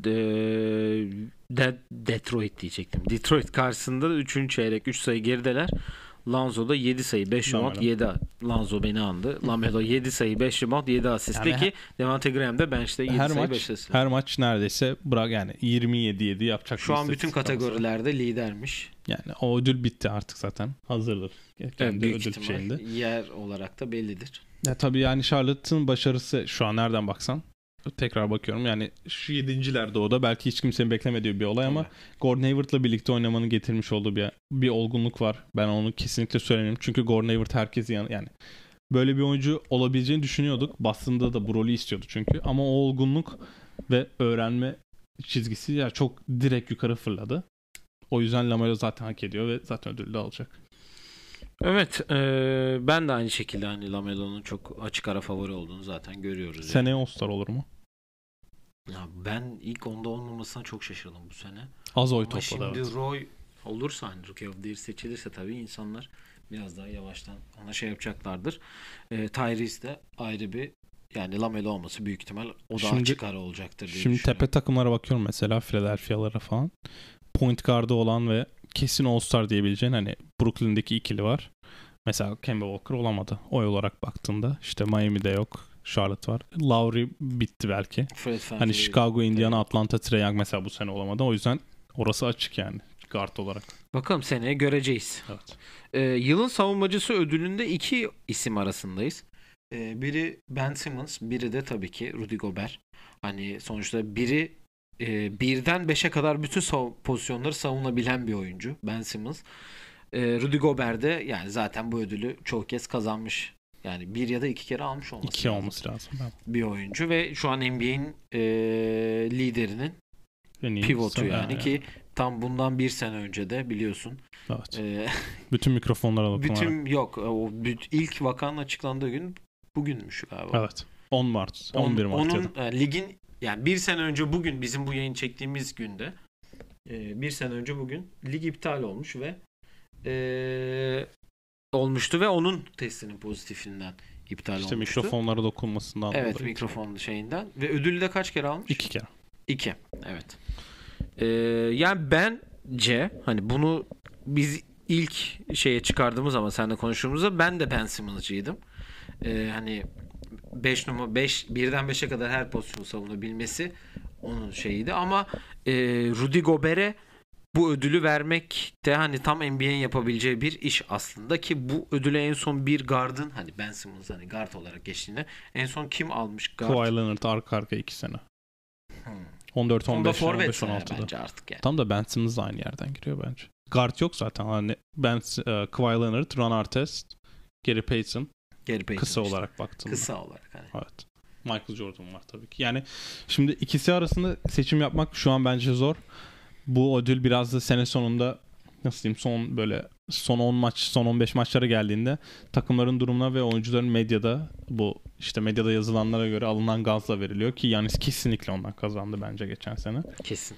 A: Detroit diyecektim. Detroit karşısında da 3. çeyrek 3 sayı gerideler. Lonzo'da 7 sayı 5 rebound 7 Lonzo beni andı. LaMelo 7 sayı 5 rebound 7 asist. Yani ki Devonte Graham de bench'te 7 sayı 5 asist.
B: Her maç neredeyse yani 27-7 yapacak.
A: Şu an bütün kategorilerde lidermiş.
B: Yani o ödül bitti artık zaten. Hazırdır. Kendi
A: büyük
B: ödül
A: ihtimal
B: şeyinde.
A: yer olarak da bellidir.
B: Ya tabii yani Charlotte'ın başarısı şu an nereden baksan tekrar bakıyorum. Yani şu 7.lerde o da belki hiç kimsenin beklemediği bir olay ama Gordon Hayward'la birlikte oynamanın getirmiş olduğu bir olgunluk var. Ben onu kesinlikle söylemiyorum. Çünkü Gordon Hayward herkesin yani böyle bir oyuncu olabileceğini düşünüyorduk. Boston'da da bu rolü istiyordu çünkü. Ama o olgunluk ve öğrenme çizgisi ya çok direkt yukarı fırladı. O yüzden Lamelo zaten hak ediyor ve zaten ödülü de alacak.
A: Evet, ben de aynı şekilde hani Lamelo'nun çok açık ara favori olduğunu zaten görüyoruz.
B: Seneye All-Star olur mu?
A: Ya ben ilk onda olmamasına çok şaşırdım bu sene.
B: Az oy
A: Ama
B: topladı.
A: şimdi
B: Evet.
A: Roy olursa hani Rookie of the Year seçilirse tabii insanlar biraz daha yavaştan ona şey yapacaklardır. Tyrese de ayrı bir yani Lamelo olması büyük ihtimal o da açık ara olacaktır diye
B: şimdi
A: düşünüyorum.
B: tepe takımlara bakıyorum mesela Philadelphia'lara falan. Point guard'ı olan ve kesin All-Star diyebileceğin hani Brooklyn'deki ikili var. Mesela Kemba Walker olamadı. Oy olarak baktığında işte Miami'de yok. Charlotte var. Lowry bitti belki. Hani Chicago, Indiana, Atlanta, Trae Young mesela bu sene olamadı. O yüzden orası açık yani guard olarak.
A: Bakalım seneye göreceğiz.
B: Evet.
A: Yılın savunmacısı ödülünde iki isim arasındayız. Biri Ben Simmons, biri de tabii ki Rudy Gobert. Hani sonuçta biri birden 5'e kadar bütün pozisyonları savunabilen bir oyuncu Ben Simmons. Rudy Gobert de yani zaten bu ödülü çok kez kazanmış. Yani bir ya da iki kere almış olması
B: İki
A: lazım.
B: olması lazım.
A: Bir oyuncu ve şu an NBA'in liderinin pivotu yani ki tam bundan bir sene önce de biliyorsun.
B: Evet. Bütün mikrofonlara dokunarak.
A: Bütün yok. O ilk vakanın açıklandığı gün bugünmüş galiba.
B: Evet. 10 Mart. 11 Mart.
A: Onun ligin yani bir sene önce bugün bizim bu yayın çektiğimiz günde bir sene önce bugün lig iptal olmuş ve olmuştu ve onun testinin pozitifinden iptal
B: işte
A: olmuştu.
B: mikrofonlara dokunmasından
A: evet
B: dolayı.
A: mikrofon şeyinden ve ödülü de kaç kere almış?
B: 2 kere.
A: 2. Evet. Yani bence hani bunu biz ilk şeye çıkardığımız zaman seninle konuştuğumuzda ben de Ben Simmons'cıydım. Hani 5 numara 5 birden 5'e kadar her pozisyonu savunabilmesi onun şeyiydi ama Rudy Gobert'e bu ödülü vermek de hani tam NBA'nin yapabileceği bir iş aslında ki bu ödülü en son bir guard'ın hani Ben Simmons hani guard olarak geçtiğinde en son kim almış guard?
B: Kawhi Leonard arka arkaya 2 sene. 14 15 15 16'da.
A: Bence artık yani.
B: Tam da Ben Simmons da aynı yerden giriyor bence. Guard yok zaten. Hani Kawhi Leonard, Ron Artest, Gary Payton. Kısa işte. Olarak baktığımda.
A: Kısa olarak hani.
B: Evet. Michael Jordan var tabii ki. Yani şimdi ikisi arasında seçim yapmak şu an bence zor. Bu ödül biraz da sene sonunda nasıl diyeyim son 10 maç, son 15 maçlara geldiğinde takımların durumuna ve oyuncuların medyada bu işte medyada yazılanlara göre alınan gazla veriliyor ki yani kesinlikle ondan kazandı bence geçen sene.
A: Kesin.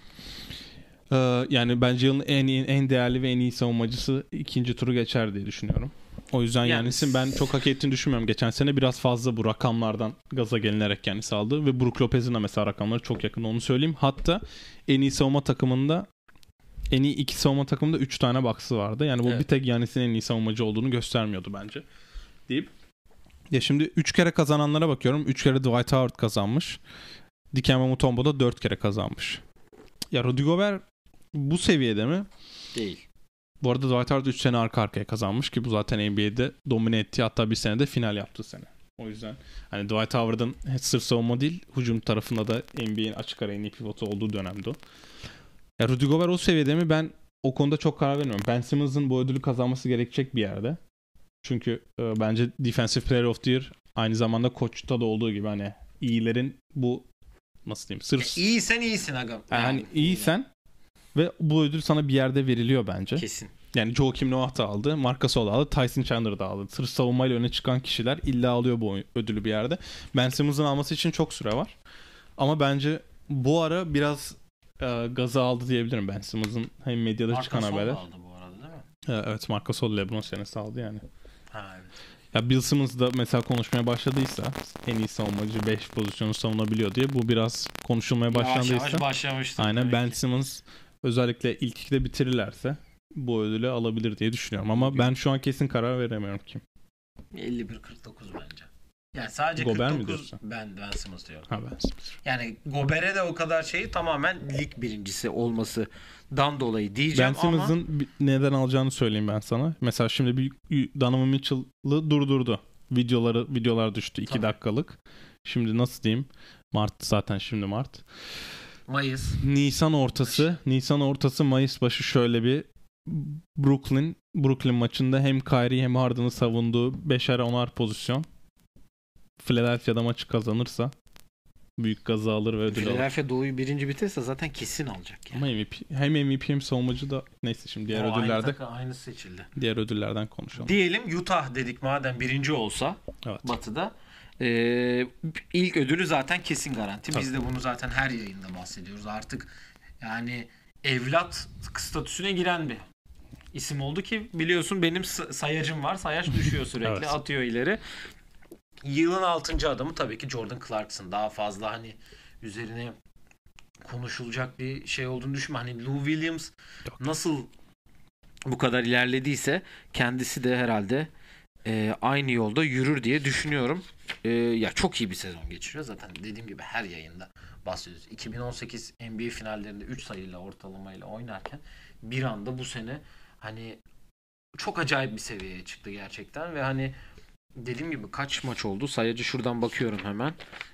B: Yani bence yılın en değerli ve en iyi savunmacısı ikinci turu geçer diye düşünüyorum. O yüzden Giannis'in ben çok hak ettiğini düşünmüyorum. Geçen sene biraz fazla bu rakamlardan gaza gelinerek Giannis aldı ve Brook Lopez'in de mesela rakamları çok yakın onu söyleyeyim. Hatta en iyi savunma takımında en iyi iki savunma takımında 3 tane box'ı vardı. Yani bu bir tek Giannis'in en iyi savunmacı olduğunu göstermiyordu bence. Deyip ya şimdi 3 kere kazananlara bakıyorum. 3 kere Dwight Howard kazanmış. Dikembe Mutombo da 4 kere kazanmış. Ya Rudy Gobert bu seviyede mi?
A: Değil.
B: Bu arada Dwight Howard 3 sene arka arkaya kazanmış ki bu zaten NBA'de domine etti. Hatta bir senede final yaptı sene. O yüzden hani Dwight Howard'ın sırf savunma değil hücum tarafında da NBA'nin açık ara en iyi pivotu olduğu dönemde o. Ya Rudy Gobert o seviyede mi? Ben o konuda çok karar vermiyorum. Ben Simmons'ın bu ödülü kazanması gerekecek bir yerde. Çünkü bence Defensive Player of the Year aynı zamanda koçta da olduğu gibi hani iyilerin bu nasıl diyeyim? Sırf
A: İyisen iyisin agam.
B: Yani iyisen ve bu ödül sana bir yerde veriliyor bence.
A: Kesin.
B: Yani Joakim Noah da aldı, Marc Gasol da aldı, Tyson Chandler da aldı. Sırf savunmayla öne çıkan kişiler illa alıyor bu ödülü bir yerde. Ben Simmons'ın alması için çok süre var. Ama bence bu ara biraz gazı aldı diyebilirim Ben Simmons'ın hem medyada
A: Marc
B: çıkan haberler.
A: Marc Gasol aldı bu arada değil mi?
B: Evet, Marc Gasol LeBron senesi aldı yani.
A: Ha evet.
B: Ya Bill Simmons da mesela konuşmaya başladıysa en iyi savunmacı 5 pozisyonu savunabiliyor diye bu biraz konuşulmaya başlandıysa.
A: Yavaş başlamıştı.
B: Aynen Ben Simmons özellikle ilk ikide bitirirlerse bu ödülü alabilir diye düşünüyorum. Ama ben şu an kesin karar veremiyorum kim.
A: 51-49 bence. Yani sadece
B: Gobert
A: 49 ben Simmons diyorum.
B: Ha ben Simmons.
A: Yani Gobert'e de o kadar şeyi tamamen lig birincisi olmasından dolayı diyeceğim
B: Ben Simmons'ın neden alacağını söyleyeyim ben sana. Mesela şimdi bir Donovan Mitchell'ı durdurdu. Videolar düştü 2 dakikalık. Şimdi nasıl diyeyim? Mart zaten, şimdi Mart.
A: Mayıs.
B: Nisan ortası Mayıs başı şöyle bir Brooklyn maçında hem Kyrie hem Harden'ı savunduğu 5'er 10'ar pozisyon. Philadelphia'da maçı kazanırsa büyük gazı alır ve ödül alır.
A: Philadelphia Doğu'yu birinci bitirse zaten kesin alacak yani.
B: Ama MVP hem savunmacı da, neyse şimdi diğer ödüllerde
A: aynı seçildi.
B: Diğer ödüllerden konuşalım.
A: Diyelim Utah dedik, madem birinci olsa Batı'da. İlk ödülü zaten kesin garanti. Tabii. Biz de bunu zaten her yayında bahsediyoruz. Artık yani evlat statüsüne giren bir isim oldu ki biliyorsun benim sayacım var. Sayaç düşüyor sürekli. Evet. Atıyor ileri. Yılın 6. adamı tabii ki Jordan Clarkson. Daha fazla hani üzerine konuşulacak bir şey olduğunu düşünme. Hani Lou Williams nasıl bu kadar ilerlediyse kendisi de herhalde aynı yolda yürür diye düşünüyorum. Ya çok iyi bir sezon geçiriyor. Zaten dediğim gibi her yayında bahsediyoruz. 2018 NBA finallerinde 3 sayıyla ortalamayla oynarken bir anda bu sene hani çok acayip bir seviyeye çıktı gerçekten ve hani dediğim gibi kaç maç oldu? Sayacı şuradan bakıyorum hemen.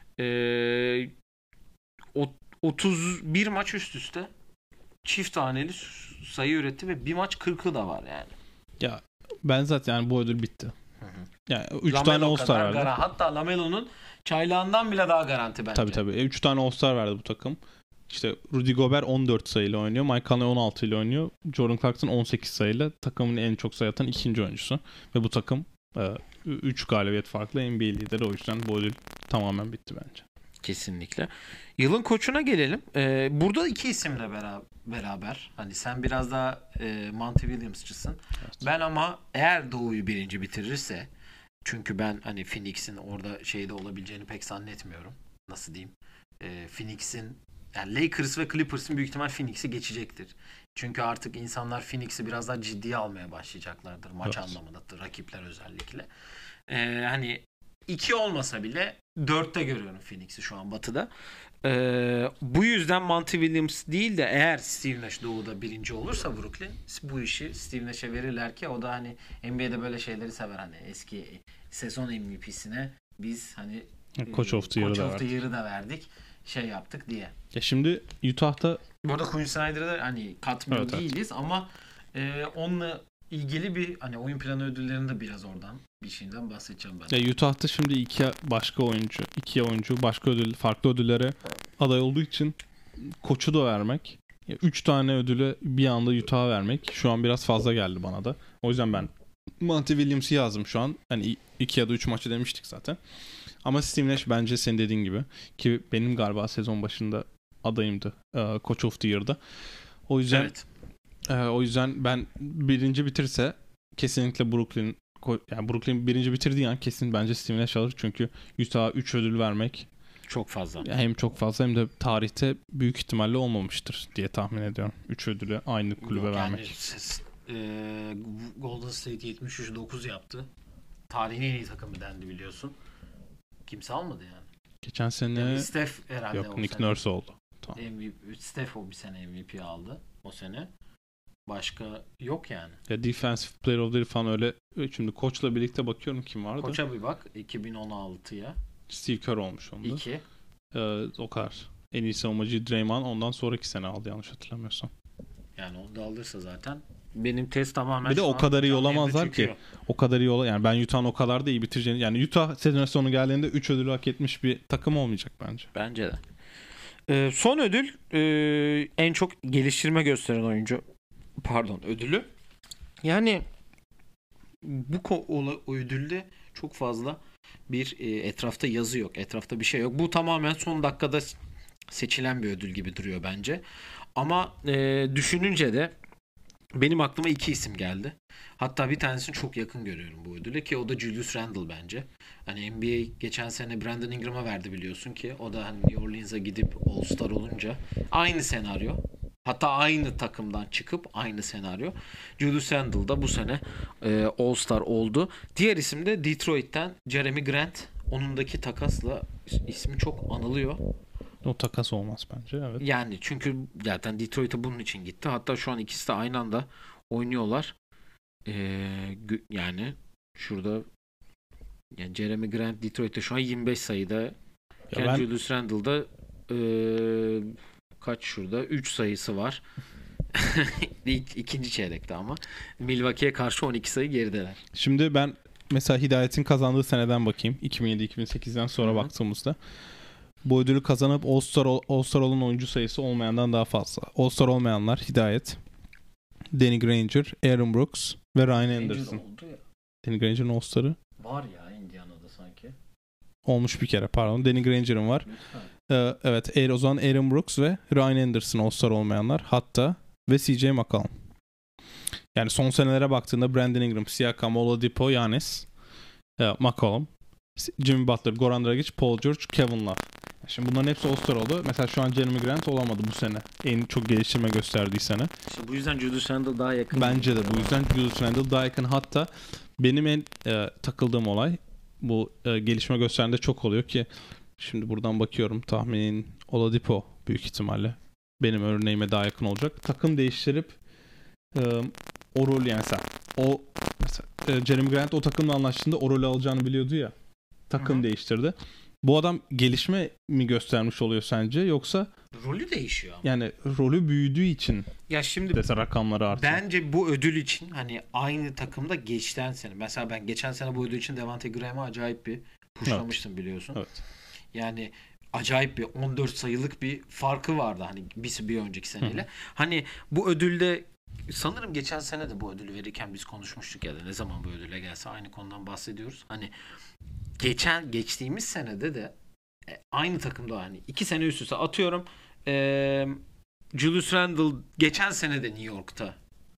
A: 31 maç üst üste çift taneli sayı üretti ve bir maç 40'ı da var yani.
B: Ya ben zaten yani bu ödül bitti. Yani 3 tane All-Star verdi.
A: Hatta Lamelo'nun çaylağından bile daha garanti bence.
B: Tabii. 3 tane All-Star verdi bu takım. İşte Rudy Gobert 14 sayıyla oynuyor. Mike Conley 16 ile oynuyor. Jordan Clarkson 18 sayıyla takımın en çok sayı atan ikinci oyuncusu. Ve bu takım 3 galibiyet farklı NBA lideri. O yüzden bu ödül tamamen bitti bence.
A: Kesinlikle. Yılın koçuna gelelim. Burada iki isimle beraber. Hani sen biraz daha Monty Williams'çısın. Evet. Ben ama eğer Doğu'yu birinci bitirirse, çünkü ben hani Phoenix'in orada şeyde olabileceğini pek zannetmiyorum. Nasıl diyeyim? Phoenix'in yani Lakers ve Clippers'ın büyük ihtimal Phoenix'i geçecektir. Çünkü artık insanlar Phoenix'i biraz daha ciddiye almaya başlayacaklardır. Maç anlamında, rakipler özellikle. Hani 2 olmasa bile 4'te görüyorum Phoenix'i şu an Batı'da. Bu yüzden Monty Williams değil de eğer Steve Nash Doğu'da birinci olursa Brooklyn, bu işi Steve Nash'e verirler ki o da hani NBA'de böyle şeyleri sever, hani eski sezon MVP'sine biz hani
B: Coach of the
A: Year'ı da verdik, şey yaptık diye.
B: Ya şimdi Utah'ta
A: bu arada Quinn Snyder'ı da hani katmıyor değiliz ama onunla ilgili bir hani oyun planı ödüllerinde biraz oradan bir şeyden bahsedeceğim ben.
B: Ya Utah'ta şimdi iki oyuncu farklı ödüllere aday olduğu için koçu da vermek, 3 tane ödülü bir anda Utah'a vermek şu an biraz fazla geldi bana da. O yüzden ben Monty Williams'ı yazdım şu an. Hani 2 ya da 3 maçı demiştik zaten. Ama Steve Nash bence senin dediğin gibi, ki benim galiba sezon başında adayımdı Coach of the Year'da. O yüzden o yüzden ben birinci bitirse kesinlikle Brooklyn birinci bitirdiği an kesin bence Steve Nash alır. Çünkü Utah'a 3 ödül vermek
A: çok fazla.
B: Hem çok fazla hem de tarihte büyük ihtimalle olmamıştır diye tahmin ediyorum. 3 ödülü aynı kulübe vermek.
A: Golden State 73-9 yaptı. Tarihin en iyi takımı dendi biliyorsun. Kimse almadı yani.
B: Geçen sene
A: Steph herhalde
B: yok, Nick Nurse oldu.
A: Tamam. Steph o bir sene MVP aldı o sene. Başka yok yani.
B: Ya Defensive Player of the Year falan öyle. Şimdi koçla birlikte bakıyorum kim vardı.
A: Koça bir bak 2016'ya.
B: Steve Kerr olmuş onda.
A: 2.
B: O kadar. En iyi savunmacı Draymond ondan sonraki sene aldı yanlış hatırlamıyorsam.
A: Yani onu da alırsa zaten benim test tamamen
B: bir de o kadar iyi olamazlar ki. O kadar iyi yani ben Utah'ın o kadar da iyi bitireceğini, yani Utah sezon sonu geldiğinde 3 ödülü hak etmiş bir takım olmayacak bence.
A: Bence de. Son ödül en çok geliştirme gösteren oyuncu ödülü. Yani bu ödülde çok fazla bir etrafta yazı yok. Etrafta bir şey yok. Bu tamamen son dakikada seçilen bir ödül gibi duruyor bence. Ama düşününce de benim aklıma 2 isim geldi. Hatta bir tanesini çok yakın görüyorum bu ödüle, ki o da Julius Randle bence. Hani NBA geçen sene Brandon Ingram'a verdi biliyorsun ki. O da hani New Orleans'a gidip All-Star olunca aynı senaryo. Hatta aynı takımdan çıkıp aynı senaryo. Julius Randle da bu sene All-Star oldu. Diğer isim de Detroit'ten Jeremy Grant. Onundaki takasla ismi çok anılıyor.
B: O takas olmaz bence, evet.
A: Yani çünkü zaten Detroit'e bunun için gitti. Hatta şu an ikisi de aynı anda oynuyorlar. Yani şurada yani Jeremy Grant Detroit'te şu an 25 sayıda Ben... Julius Randle'da kaç şurada? 3 sayısı var. İkinci çeyrekte ama. Milwaukee'ye karşı 12 sayı gerideler.
B: Şimdi ben mesela Hidayet'in kazandığı seneden bakayım. 2007-2008'den sonra baktığımızda. Bu ödülü kazanıp All-Star olan oyuncu sayısı olmayandan daha fazla. All-Star olmayanlar Hidayet, Danny Granger, Aaron Brooks ve Ryan Anderson. Danny Granger'ın All-Star'ı
A: var ya Indiana'da sanki.
B: Olmuş bir kere, pardon. Danny Granger'ın var. Evet, o zaman Aaron Brooks ve Ryan Anderson All-Star olmayanlar. Hatta ve CJ McCollum. Yani son senelere baktığında Brandon Ingram, Siakam, Oladipo, Giannis, McCollum, Jimmy Butler, Goran Dragic, Paul George, Kevin Love. Şimdi bunların hepsi All-Star oldu. Mesela şu an Jeremy Grant olamadı bu sene. En çok geliştirme gösterdiği sene.
A: İşte bu yüzden Julius Randle daha yakın.
B: Bence de bu yüzden Julius Randle daha yakın. Hatta benim en takıldığım olay bu gelişme gösterende çok oluyor ki şimdi buradan bakıyorum, tahminin Oladipo büyük ihtimalle benim örneğime daha yakın olacak. Takım değiştirip o rolü, yani sen o mesela, Jeremy Grant o takımla anlaştığında o rolü alacağını biliyordu ya. Takım değiştirdi. Bu adam gelişme mi göstermiş oluyor sence, yoksa
A: rolü değişiyor ama.
B: Yani rolü büyüdüğü için
A: ya şimdi
B: mesela rakamları artıyor.
A: Bence bu ödül için hani aynı takımda geçten sene. Mesela ben geçen sene bu ödül için Devonte Graham'ı acayip bir pushlamıştım, biliyorsun.
B: Evet.
A: Yani acayip bir 14 sayılık bir farkı vardı hani bir önceki seneyle. Hani bu ödülde sanırım geçen sene de bu ödülü verirken biz konuşmuştuk ya da ne zaman bu ödüle gelse aynı konudan bahsediyoruz. Hani geçtiğimiz senede de aynı takımda hani 2 sene üst üste atıyorum Julius Randle geçen sene de New York'ta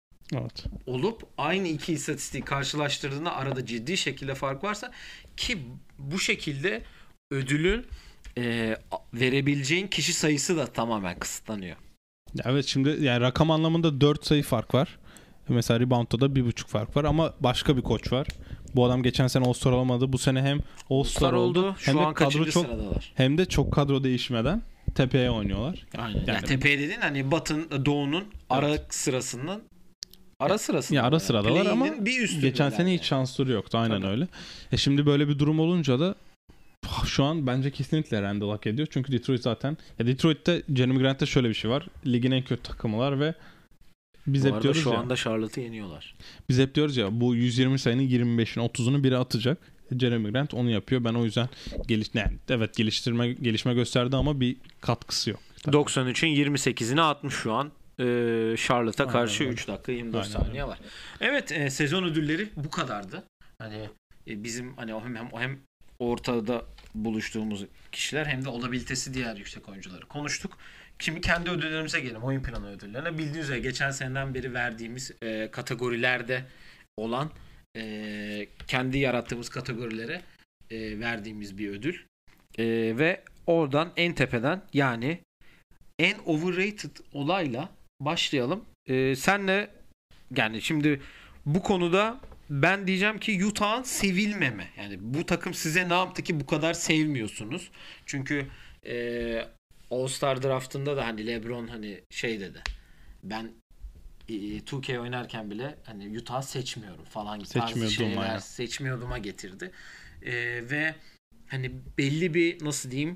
A: olup aynı iki istatistiği karşılaştırdığında arada ciddi şekilde fark varsa, ki bu şekilde ödülün verebileceğin kişi sayısı da tamamen kısıtlanıyor.
B: Evet, şimdi yani rakam anlamında 4 sayı fark var. Mesela rebound'da da 1.5 fark var ama başka bir koç var. Bu adam geçen sene All-Star olamadı. Bu sene hem All-Star oldu.
A: Şu an kaçıncı sıradalar.
B: Hem de çok kadro değişmeden tepeye oynuyorlar.
A: Aynen. Yani tepeye dediğin hani Doğu'nun ara sırasından ara sırasında.
B: Ya ara sıradalar ama
A: bir
B: geçen sene hiç şansları yoktu. Aynen öyle. Şimdi böyle bir durum olunca da şu an bence kesinlikle Randle hak ediyor. Çünkü Detroit zaten Detroit'te Jeremy Grant'te şöyle bir şey var. Ligin en kötü takımılar ve biz hep diyoruz
A: şu anda Charlotte'ı yeniyorlar.
B: Biz hep diyoruz ya, bu 120 sayının 25'ini 30'unu biri atacak. Jeremy Grant onu yapıyor. Ben o yüzden gelişme gösterdi ama bir katkısı yok.
A: 93'ün 28'ini atmış şu an. Charlotte'a karşı 3 dakika 24 saniye var. Evet, sezon ödülleri bu kadardı. Hani bizim hani hem ortada buluştuğumuz kişiler hem de olabilitesi diğer yüksek oyuncuları konuştuk. Şimdi kendi ödüllerimize gelelim. Oyun planı ödüllerine. Bildiğiniz üzere geçen seneden beri verdiğimiz kategorilerde olan kendi yarattığımız kategorilere verdiğimiz bir ödül. Ve oradan en tepeden, yani en overrated olayla başlayalım. Senle yani şimdi bu konuda ben diyeceğim ki Utah'ın sevilmeme. Yani bu takım size ne yaptı ki bu kadar sevmiyorsunuz? Çünkü All-Star draftında da hani LeBron hani şey dedi. Ben 2K oynarken bile hani Utah seçmiyorum falan gibi tarzı şeyler seçmiyordum'a getirdi. Ve hani belli bir nasıl diyeyim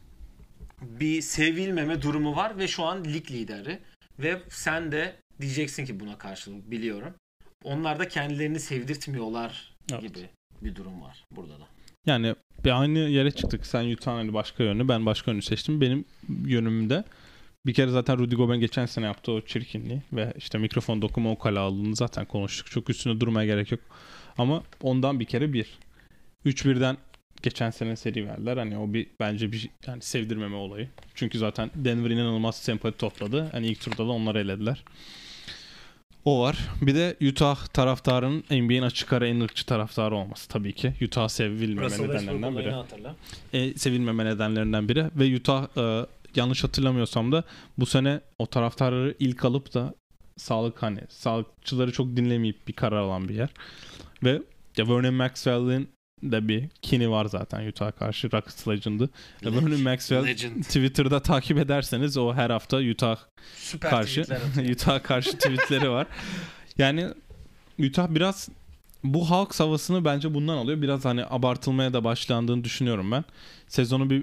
A: bir sevilmeme durumu var ve şu an lig lideri ve sen de diyeceksin ki buna karşılık biliyorum. Onlar da kendilerini sevdirtmiyorlar gibi bir durum var burada da.
B: Yani aynı yere çıktık. Sen Utah'ın hani başka yönünü, ben başka yönünü seçtim. Benim yönümde bir kere zaten Rudy Gobert geçen sene yaptığı o çirkinliği ve işte mikrofon dokuma o kale aldığını zaten konuştuk. Çok üstüne durmaya gerek yok. Ama ondan bir kere 3-1'den geçen sene seri verdiler. Hani o bence bir yani sevdirmeme olayı. Çünkü zaten Denver inanılmaz sempati topladı. Hani ilk turda da onları elediler. O var. Bir de Utah taraftarının NBA'nin açık ara en ırkçı taraftarı olması tabii ki. Utah sevilmeme nedenlerinden biri. Sevilmeme nedenlerinden biri. Ve Utah yanlış hatırlamıyorsam da bu sene o taraftarları ilk alıp da sağlıkçıları çok dinlemeyip bir karar alan bir yer. Ve Vernon Maxwell'in de bir kini var zaten Utah'a karşı. Rockets Legend'ı. Vernon Maxwell Twitter'da takip ederseniz o her hafta Utah'a karşı tweetleri var. Yani Utah biraz bu Hawks havasını bence bundan alıyor. Biraz hani abartılmaya da başlandığını düşünüyorum ben. Sezonu bir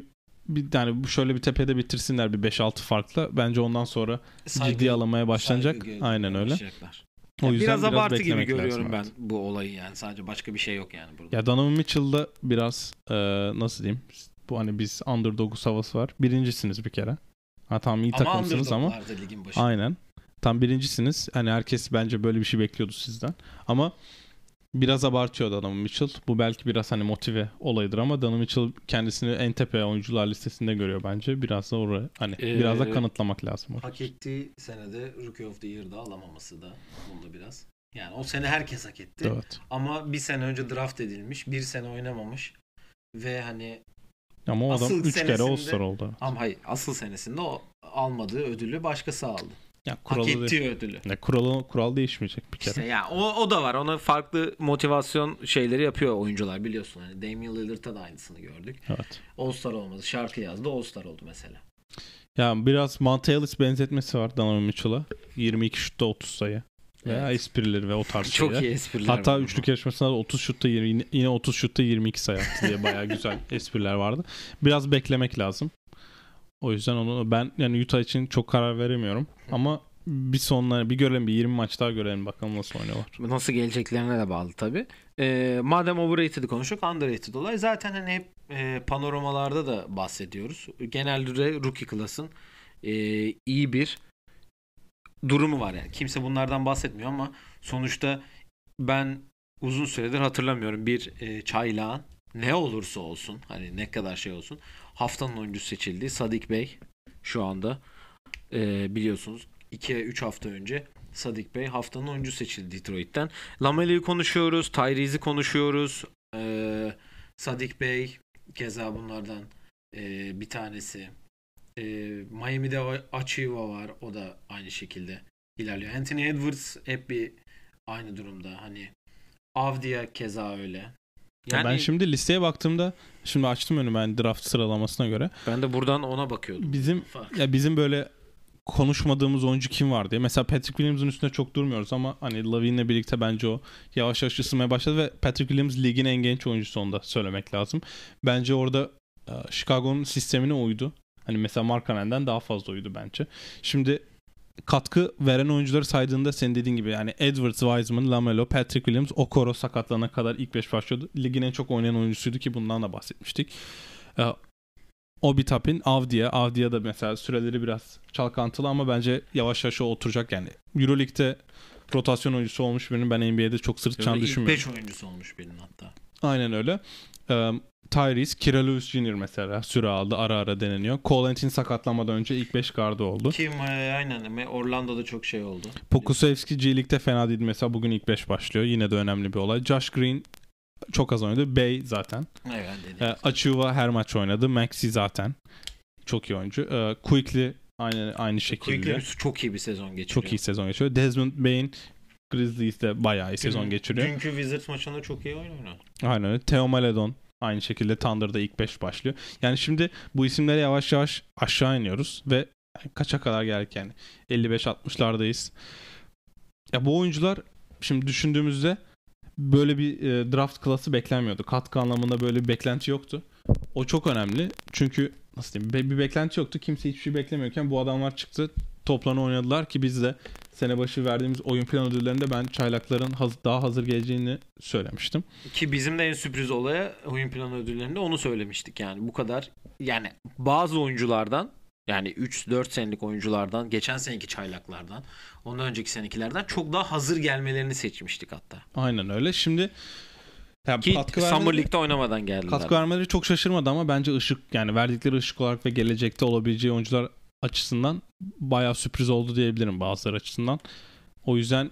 B: yani şöyle bir tepede bitirsinler bir 5-6 farkla. Bence ondan sonra ciddi alınmaya başlanacak. Aynen öyle.
A: O yüzden biraz abartı gibi görüyorum ben bu olayı yani. Sadece başka bir şey yok yani burada.
B: Ya Donovan Mitchell'da biraz nasıl diyeyim? Bu hani biz underdog'uz havası var. Birincisiniz bir kere. Ha tamam iyi takımsınız ama.
A: Ligin başında.
B: Aynen. Tam birincisiniz. Hani herkes bence böyle bir şey bekliyordu sizden. Ama biraz abartıyor Donovan Mitchell. Bu belki biraz hani motive olayıdır ama Donovan Mitchell kendisini en tepe oyuncular listesinde görüyor bence. Biraz da oraya hani biraz da kanıtlamak lazım.
A: Hak ettiği senede Rookie of the Year'da alamaması da bunda biraz. Yani o sene herkes hak etti.
B: Evet.
A: Ama bir sene önce draft edilmiş. Bir sene oynamamış. Ve hani
B: ama o adam 3 kere All-Star oldu.
A: Ama hayır. Asıl senesinde o almadığı ödülü başkası aldı.
B: Ya,
A: hak ettiği ödülü.
B: Ya, kural değişmeyecek bir kere.
A: İşte ya o da var. Ona farklı motivasyon şeyleri yapıyor oyuncular biliyorsun. Hani Damian Lillard'ta da aynısını gördük.
B: Evet.
A: All-Star olmadı. Şarkı yazdı. All-Star oldu mesela.
B: Ya biraz Monta Ellis benzetmesi var Donovan Mitchell'a. 22 şutta 30 sayı. Veya esprileri ve o tarz şeyler.
A: Çok iyi espriler.
B: Hatta üçlük yarışmasında da 30 şutta yine 30 şutta 22 sayı attı diye bayağı güzel espriler vardı. Biraz beklemek lazım. O yüzden onu ben yani Utah için çok karar veremiyorum. Ama bir görelim, bir 20 maç daha görelim bakalım nasıl oynuyorlar.
A: Nasıl geleceklerine de bağlı tabii. Madem overrated'i konuştuk, underrated olay. Zaten hani hep panoramalarda da bahsediyoruz. Genelde rookie class'ın iyi bir durumu var yani. Kimse bunlardan bahsetmiyor ama sonuçta ben uzun süredir hatırlamıyorum bir çaylağın ne olursa olsun hani ne kadar şey olsun haftanın oyuncusu seçildi. Saddiq Bey şu anda biliyorsunuz 2-3 hafta önce Saddiq Bey haftanın oyuncusu seçildi Detroit'ten. Lamelo'yu konuşuyoruz. Tyrese'i konuşuyoruz. Saddiq Bey keza bunlardan bir tanesi. Miami'de Achiuwa var. O da aynı şekilde ilerliyor. Anthony Edwards hep bir aynı durumda. Hani Avdia keza öyle.
B: Yani ben şimdi listeye baktığımda şimdi açtım önü ben draft sıralamasına göre.
A: Ben de buradan ona bakıyordum.
B: Bizim böyle konuşmadığımız oyuncu kim var diye. Mesela Patrick Williams'ın üstünde çok durmuyoruz ama hani Lavine'le birlikte bence o yavaş yavaş ısınmaya başladı ve Patrick Williams ligin en genç oyuncusu, onu da söylemek lazım. Bence orada Chicago'nun sistemine uydu. Hani mesela Markkanen'den daha fazla uydu bence. Şimdi katkı veren oyuncuları saydığında senin dediğin gibi yani Edwards, Wiseman, Lamelo, Patrick Williams, Okoro sakatlanana kadar ilk 5 başlıyordu. Ligin en çok oynayan oyuncusuydu ki bundan da bahsetmiştik. Obi Toppin, Avdia da mesela süreleri biraz çalkantılı ama bence yavaş yavaş oturacak yani. Euroleague'de rotasyon oyuncusu olmuş birinin ben NBA'de çok sırtçağını düşünmüyorum.
A: İlk 5 oyuncusu olmuş birinin hatta.
B: Aynen öyle. Tyrese, Kira Lewis Jr. mesela süre aldı, ara deneniyor. Cole Anthony sakatlanmadan önce ilk 5 gardı oldu.
A: Kim aynen Orlando'da çok şey oldu.
B: Pokusevski G League'de fena değil mesela, bugün ilk 5 başlıyor. Yine de önemli bir olay. Josh Green çok az oynadı. Bey zaten.
A: Evet.
B: Achiuwa her maç oynadı. Maxey zaten çok iyi oyuncu. Quickly aynı şekilde.
A: Quickly çok iyi bir sezon geçiriyor.
B: Çok iyi sezon geçiriyor. Desmond Bain Grizzlies'de bayağı iyi sezon geçiriyor.
A: Dünkü Wizards maçında çok iyi oynuyor.
B: Aynen öyle. Theo Maledon aynı şekilde Thunder'da ilk 5 başlıyor. Yani şimdi bu isimlere yavaş yavaş aşağı iniyoruz ve kaça kadar geldik yani 55-60'lardayız. Ya bu oyuncular şimdi düşündüğümüzde böyle bir draft klası beklenmiyordu. Katkı anlamında böyle bir beklenti yoktu. O çok önemli. Çünkü nasıl diyeyim, bir beklenti yoktu. Kimse hiçbir şey beklemiyorken bu adamlar çıktı. Toplanı oynadılar ki biz de sene başı verdiğimiz oyun plan ödüllerinde ben çaylakların daha hazır geleceğini söylemiştim.
A: Ki bizim de en sürpriz olaya oyun planı ödüllerinde onu söylemiştik yani. Bu kadar yani bazı oyunculardan yani 3-4 senelik oyunculardan, geçen seneki çaylaklardan, ondan önceki senekilerden çok daha hazır gelmelerini seçmiştik hatta.
B: Aynen öyle. Şimdi
A: ki Summer League'de oynamadan geldiler.
B: Katkı vermeleri çok şaşırmadı ama bence yani verdikleri ışık olarak ve gelecekte olabileceği oyuncular açısından bayağı sürpriz oldu diyebilirim bazıları açısından. O yüzden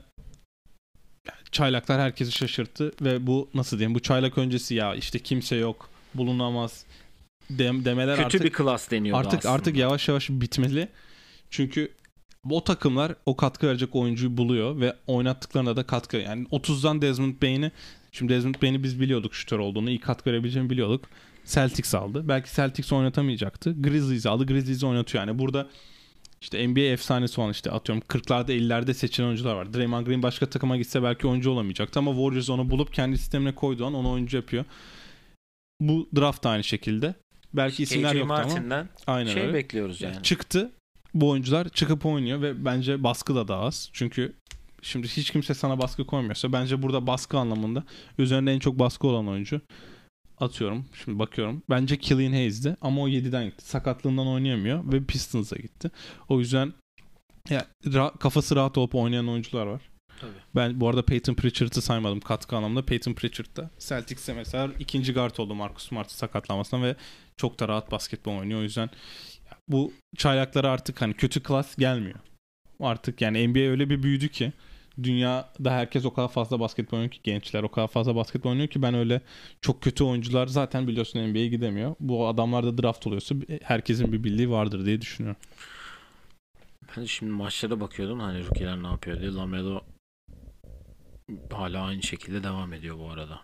B: çaylaklar herkesi şaşırttı ve bu nasıl diyeyim, bu çaylak öncesi ya işte kimse yok, bulunamaz demeler
A: kötü
B: artık
A: bir klas deniyordu aslında.
B: Artık yavaş yavaş bitmeli. Çünkü o takımlar o katkı verecek oyuncuyu buluyor ve oynattıklarında da katkı, yani 30'dan Desmond Bain'i, şimdi Desmond Bain'i biz biliyorduk şutör olduğunu, iyi katkı verebileceğini biliyorduk. Celtics aldı. Belki Celtics oynatamayacaktı. Grizzlies aldı. Grizzlies oynatıyor. Yani burada işte NBA efsanesi olan işte atıyorum 40'larda 50'lerde seçilen oyuncular var. Draymond Green başka takıma gitse belki oyuncu olamayacaktı ama Warriors onu bulup kendi sistemine koyduğu an onu oyuncu yapıyor. Bu draft da aynı şekilde. belki isimler
A: KJ
B: yoktu ama
A: Martin'den
B: aynen öyle.
A: bekliyoruz yani.
B: Çıktı. Bu oyuncular çıkıp oynuyor ve bence baskı da daha az. Çünkü şimdi hiç kimse sana baskı koymuyorsa bence burada baskı anlamında üzerinde en çok baskı olan oyuncu, atıyorum şimdi bakıyorum, bence Killian Hayes'di ama o 7'den gitti. Sakatlığından oynayamıyor ve Pistons'a gitti. O yüzden kafası rahat olup oynayan oyuncular var.
A: Tabii.
B: Ben bu arada Peyton Pritchard'ı saymadım katkı anlamında. Peyton Pritchard da Celtics'e mesela ikinci guard oldu Marcus Smart'ın sakatlanmasından ve çok da rahat basketbol oynuyor. O yüzden bu çaylaklara artık hani kötü klas gelmiyor. Artık yani NBA öyle bir büyüdü ki dünyada herkes o kadar fazla basketbol oynuyor ki, gençler o kadar fazla basketbol oynuyor ki ben öyle çok kötü oyuncular zaten biliyorsun NBA'ye gidemiyor. Bu adamlar da draft oluyorsa herkesin bir bildiği vardır diye düşünüyorum.
A: Ben şimdi maçlara bakıyordum hani rookie'ler ne yapıyor diye. LaMelo hala aynı şekilde devam ediyor bu arada.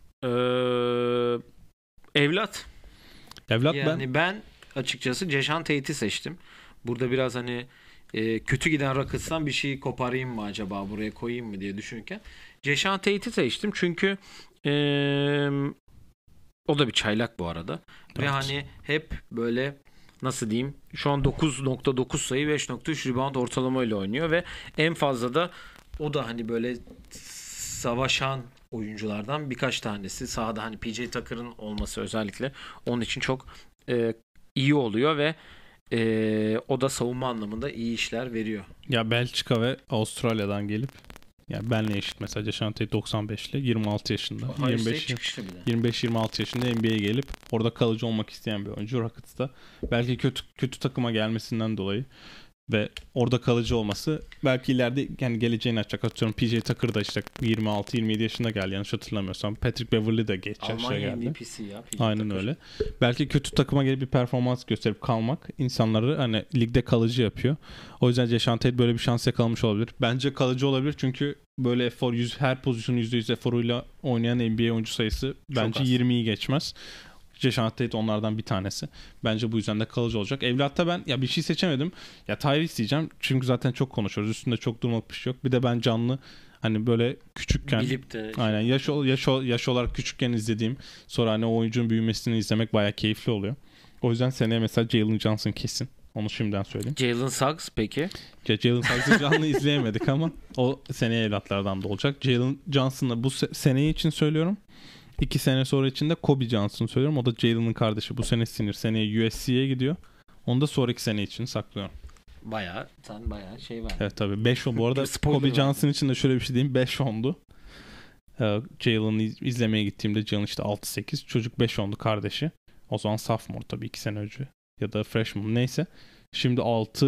A: Evlat yani ben açıkçası Jae'Sean Tate'i seçtim. Burada biraz hani kötü giden Rockets'tan bir şey koparayım mı acaba, buraya koyayım mı diye düşünürken Jae'Sean Tate'i seçtim çünkü o da bir çaylak bu arada. Evet. Ve hani hep böyle nasıl diyeyim, şu an 9.9 sayı 5.3 rebound ortalamayla oynuyor ve en fazla da o da hani böyle savaşan oyunculardan birkaç tanesi. Sahada hani PJ Tucker'ın olması özellikle onun için çok iyi oluyor ve o da savunma anlamında iyi işler veriyor.
B: Ya Belçika ve Avustralya'dan gelip yani benle eşit mesela Jae'Sean Tate 95'li 26 yaşında. 25-26 yaşında NBA'ye gelip orada kalıcı olmak isteyen bir oyuncu. Rockets'ta belki kötü takıma gelmesinden dolayı ve orada kalıcı olması belki ileride yani geleceğini açacak. Atıyorum PJ Tucker da işte 26-27 yaşında geldi yanlış hatırlamıyorsam. Patrick Beverley de geç yaşta geldi.
A: Almanya MVP'si ya PJ
B: Aynen
A: Tucker.
B: Öyle. Belki kötü takıma gelip bir performans gösterip kalmak insanları hani ligde kalıcı yapıyor. O yüzden Jae'Sean Tate böyle bir şans yakalamış olabilir. Bence kalıcı olabilir çünkü böyle efor her pozisyonu %100 eforuyla oynayan NBA oyuncu sayısı bence 20'yi geçmez. Jae'Sean Tate onlardan bir tanesi. Bence bu yüzden de kalıcı olacak. Evlatta ben ya bir şey seçemedim. Ya Tyrese diyeceğim. Çünkü zaten çok konuşuyoruz. Üstünde çok durmak bir şey yok. Bir de ben canlı hani böyle küçükken
A: bilip de
B: aynen yaş olarak küçükken izlediğim, sonra hani o oyuncunun büyümesini izlemek bayağı keyifli oluyor. O yüzden seneye mesela Jalen Johnson kesin. Onu şimdiden söyleyeyim.
A: Jalen Suggs peki?
B: Jalen Suggs'ı canlı izleyemedik ama o seneye evlatlardan da olacak. Jalen Johnson'la bu seneyi için söylüyorum. 2 sene sonra için de Kobe Johnson söylüyorum. O da Jalen'ın kardeşi. Bu sene senior. Seneye USC'ye gidiyor. Onu da sonraki sene için saklıyorum.
A: Bayağı şey var.
B: Evet tabii. 5-10. Bu arada Kobe Johnson için de şöyle bir şey diyeyim. 5-10'du. Jalen'ı izlemeye gittiğimde Jalen işte 6-8. Çocuk 5-10'du kardeşi. O zaman sophomore tabii 2 sene önce. Ya da freshman neyse. Şimdi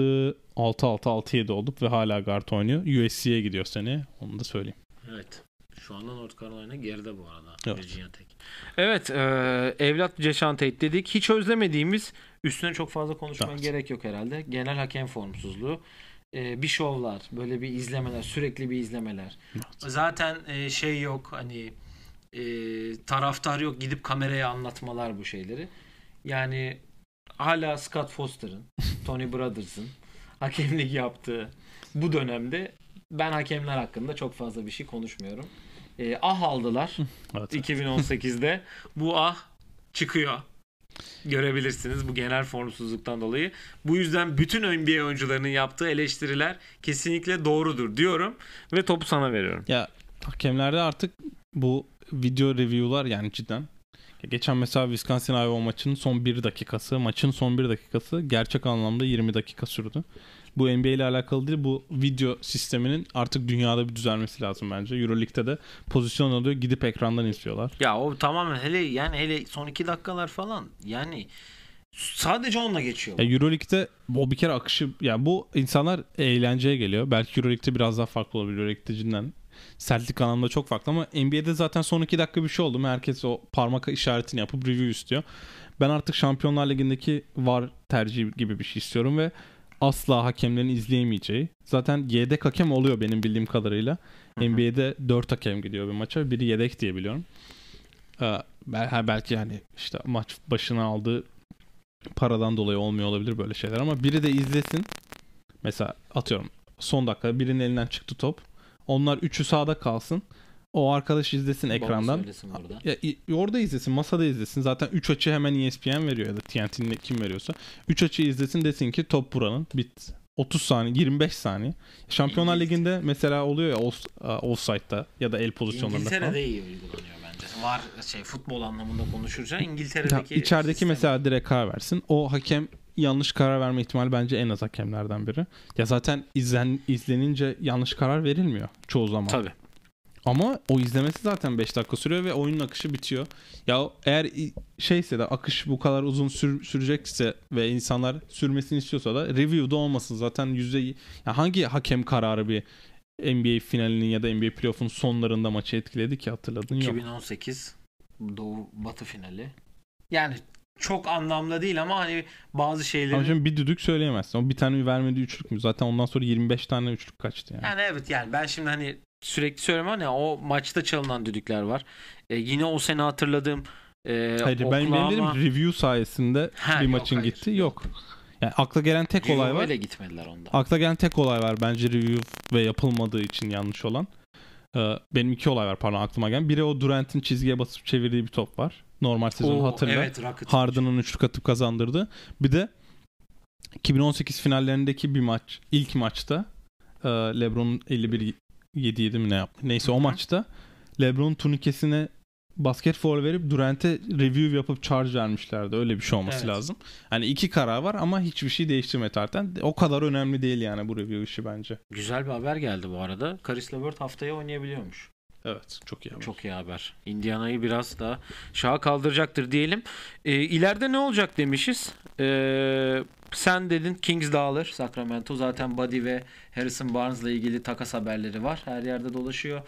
B: 6-7 olduk ve hala guard oynuyor. USC'ye gidiyor seneye. Onu da söyleyeyim.
A: Evet. Şu anda North Carolina geride bu arada.
B: Evet.
A: Virginia Tech. Evet. Evlat Jae'Sean Tate dedik. Hiç özlemediğimiz, üstüne çok fazla konuşmaya gerek yok herhalde. Genel hakem formsuzluğu. Bir şovlar. Böyle bir izlemeler. Sürekli bir izlemeler.
B: Evet.
A: Zaten şey yok. Hani taraftar yok. Gidip kameraya anlatmalar bu şeyleri. Yani hala Scott Foster'ın, Tony Brothers'ın hakemlik yaptığı bu dönemde ben hakemler hakkında çok fazla bir şey konuşmuyorum. Aldılar. Evet. 2018'de. Bu çıkıyor. Görebilirsiniz bu genel formsuzluktan dolayı. Bu yüzden bütün NBA oyuncularının yaptığı eleştiriler kesinlikle doğrudur diyorum ve topu sana veriyorum.
B: Ya hakemlerde artık bu video review'lar yani cidden. Geçen mesela Wisconsin-Iowa maçının son 1 dakikası, maçın son 1 dakikası gerçek anlamda 20 dakika sürdü. Bu NBA ile alakalı değil, bu video sisteminin artık dünyada bir düzelmesi lazım bence. EuroLeague'de de pozisyon alıyor, gidip ekrandan izliyorlar.
A: Ya o tamamen hele son 2 dakikalar falan yani sadece onunla geçiyor.
B: Ya EuroLeague'de o bir kere akışı, ya bu insanlar eğlenceye geliyor. Belki EuroLeague'de biraz daha farklı olabilir. EuroLeague'de cidden sertlik anlamda çok farklı ama NBA'de zaten son 2 dakika bir şey oldu mu herkes o parmak işaretini yapıp review istiyor. Ben artık Şampiyonlar Ligi'ndeki VAR tercihi gibi bir şey istiyorum ve asla hakemlerin izleyemeyeceği. Zaten yedek hakem oluyor benim bildiğim kadarıyla. Hı-hı. NBA'de 4 hakem gidiyor bir maça. Biri yedek diye biliyorum. Belki yani işte maç başına aldığı paradan dolayı olmuyor olabilir böyle şeyler ama biri de izlesin. Mesela atıyorum son dakika birinin elinden çıktı top. Onlar üçü sahada kalsın. o arkadaş izlesin
A: Bana
B: ekrandan.
A: söylesin burada.
B: Orada izlesin, masada izlesin. Zaten 3 açı hemen ESPN veriyor ya da TNT'nin kim veriyorsa. 3 açı izlesin, desin ki top buranın, bit. 30 saniye, 25 saniye. Şampiyonlar Ligi'nde mesela oluyor ya offside'da ya da el pozisyonlarında
A: İngiltere'de
B: falan.
A: iyi uygulanıyor bence. Var futbol anlamında konuşurken İngiltere'deki
B: içerideki
A: sistem...
B: mesela direkt karar versin. O hakem yanlış karar verme ihtimali bence en az hakemlerden biri. Ya zaten izlenince yanlış karar verilmiyor çoğu zaman.
A: Tabii.
B: Ama o izlemesi zaten 5 dakika sürüyor ve oyunun akışı bitiyor. Ya eğer şeyse de akış bu kadar uzun sürecekse ve insanlar sürmesini istiyorsa da review'da olmasın. Zaten hangi hakem kararı bir NBA finalinin ya da NBA playoff'un sonlarında maçı etkiledi ki, hatırladın?
A: 2018 Doğu Batı finali. Yani çok anlamlı değil ama hani bazı şeyleri...
B: Ama şimdi bir düdük söyleyemezsin. O bir tane vermediği üçlük mü? Zaten ondan sonra 25 tane üçlük kaçtı yani.
A: Yani evet, yani ben şimdi hani sürekli söylüyorum ama o maçta çalınan düdükler var. Yine o sene hatırladığım
B: hayır, benim review sayesinde bir maçın gitti. Yok. Yani akla gelen tek olay var.
A: Öyle gitmediler onda.
B: Akla gelen tek olay var bence review ve yapılmadığı için yanlış olan. Benim 2 olay var aklıma gelen. Biri o Durant'in çizgiye basıp çevirdiği bir top var. Normal sezonu hatırla. Evet, Harden'ın üçlük atıp kazandırdı. Bir de 2018 finallerindeki bir maç. İlk maçta LeBron'un 51-7 mi ne yaptı? Neyse, o maçta LeBron'un turnikesine basket foul verip Durant'e review yapıp charge vermişlerdi. Öyle bir şey olması lazım. Hani 2 karar var ama hiçbir şey değiştirmedi zaten. O kadar önemli değil yani bu review işi bence.
A: Güzel bir haber geldi bu arada. Caris LeVert haftaya oynayabiliyormuş.
B: Evet, çok iyi haber.
A: Çok iyi haber. Indiana'yı biraz daha şaha kaldıracaktır diyelim. İleride ne olacak demişiz. Sen dedin Kings dağılır. Sacramento zaten Buddy ve Harrison Barnes'la ilgili takas haberleri var. Her yerde dolaşıyor.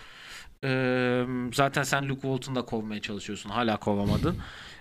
A: Zaten sen Luke Walton'u da kovmaya çalışıyorsun. Hala kovamadın.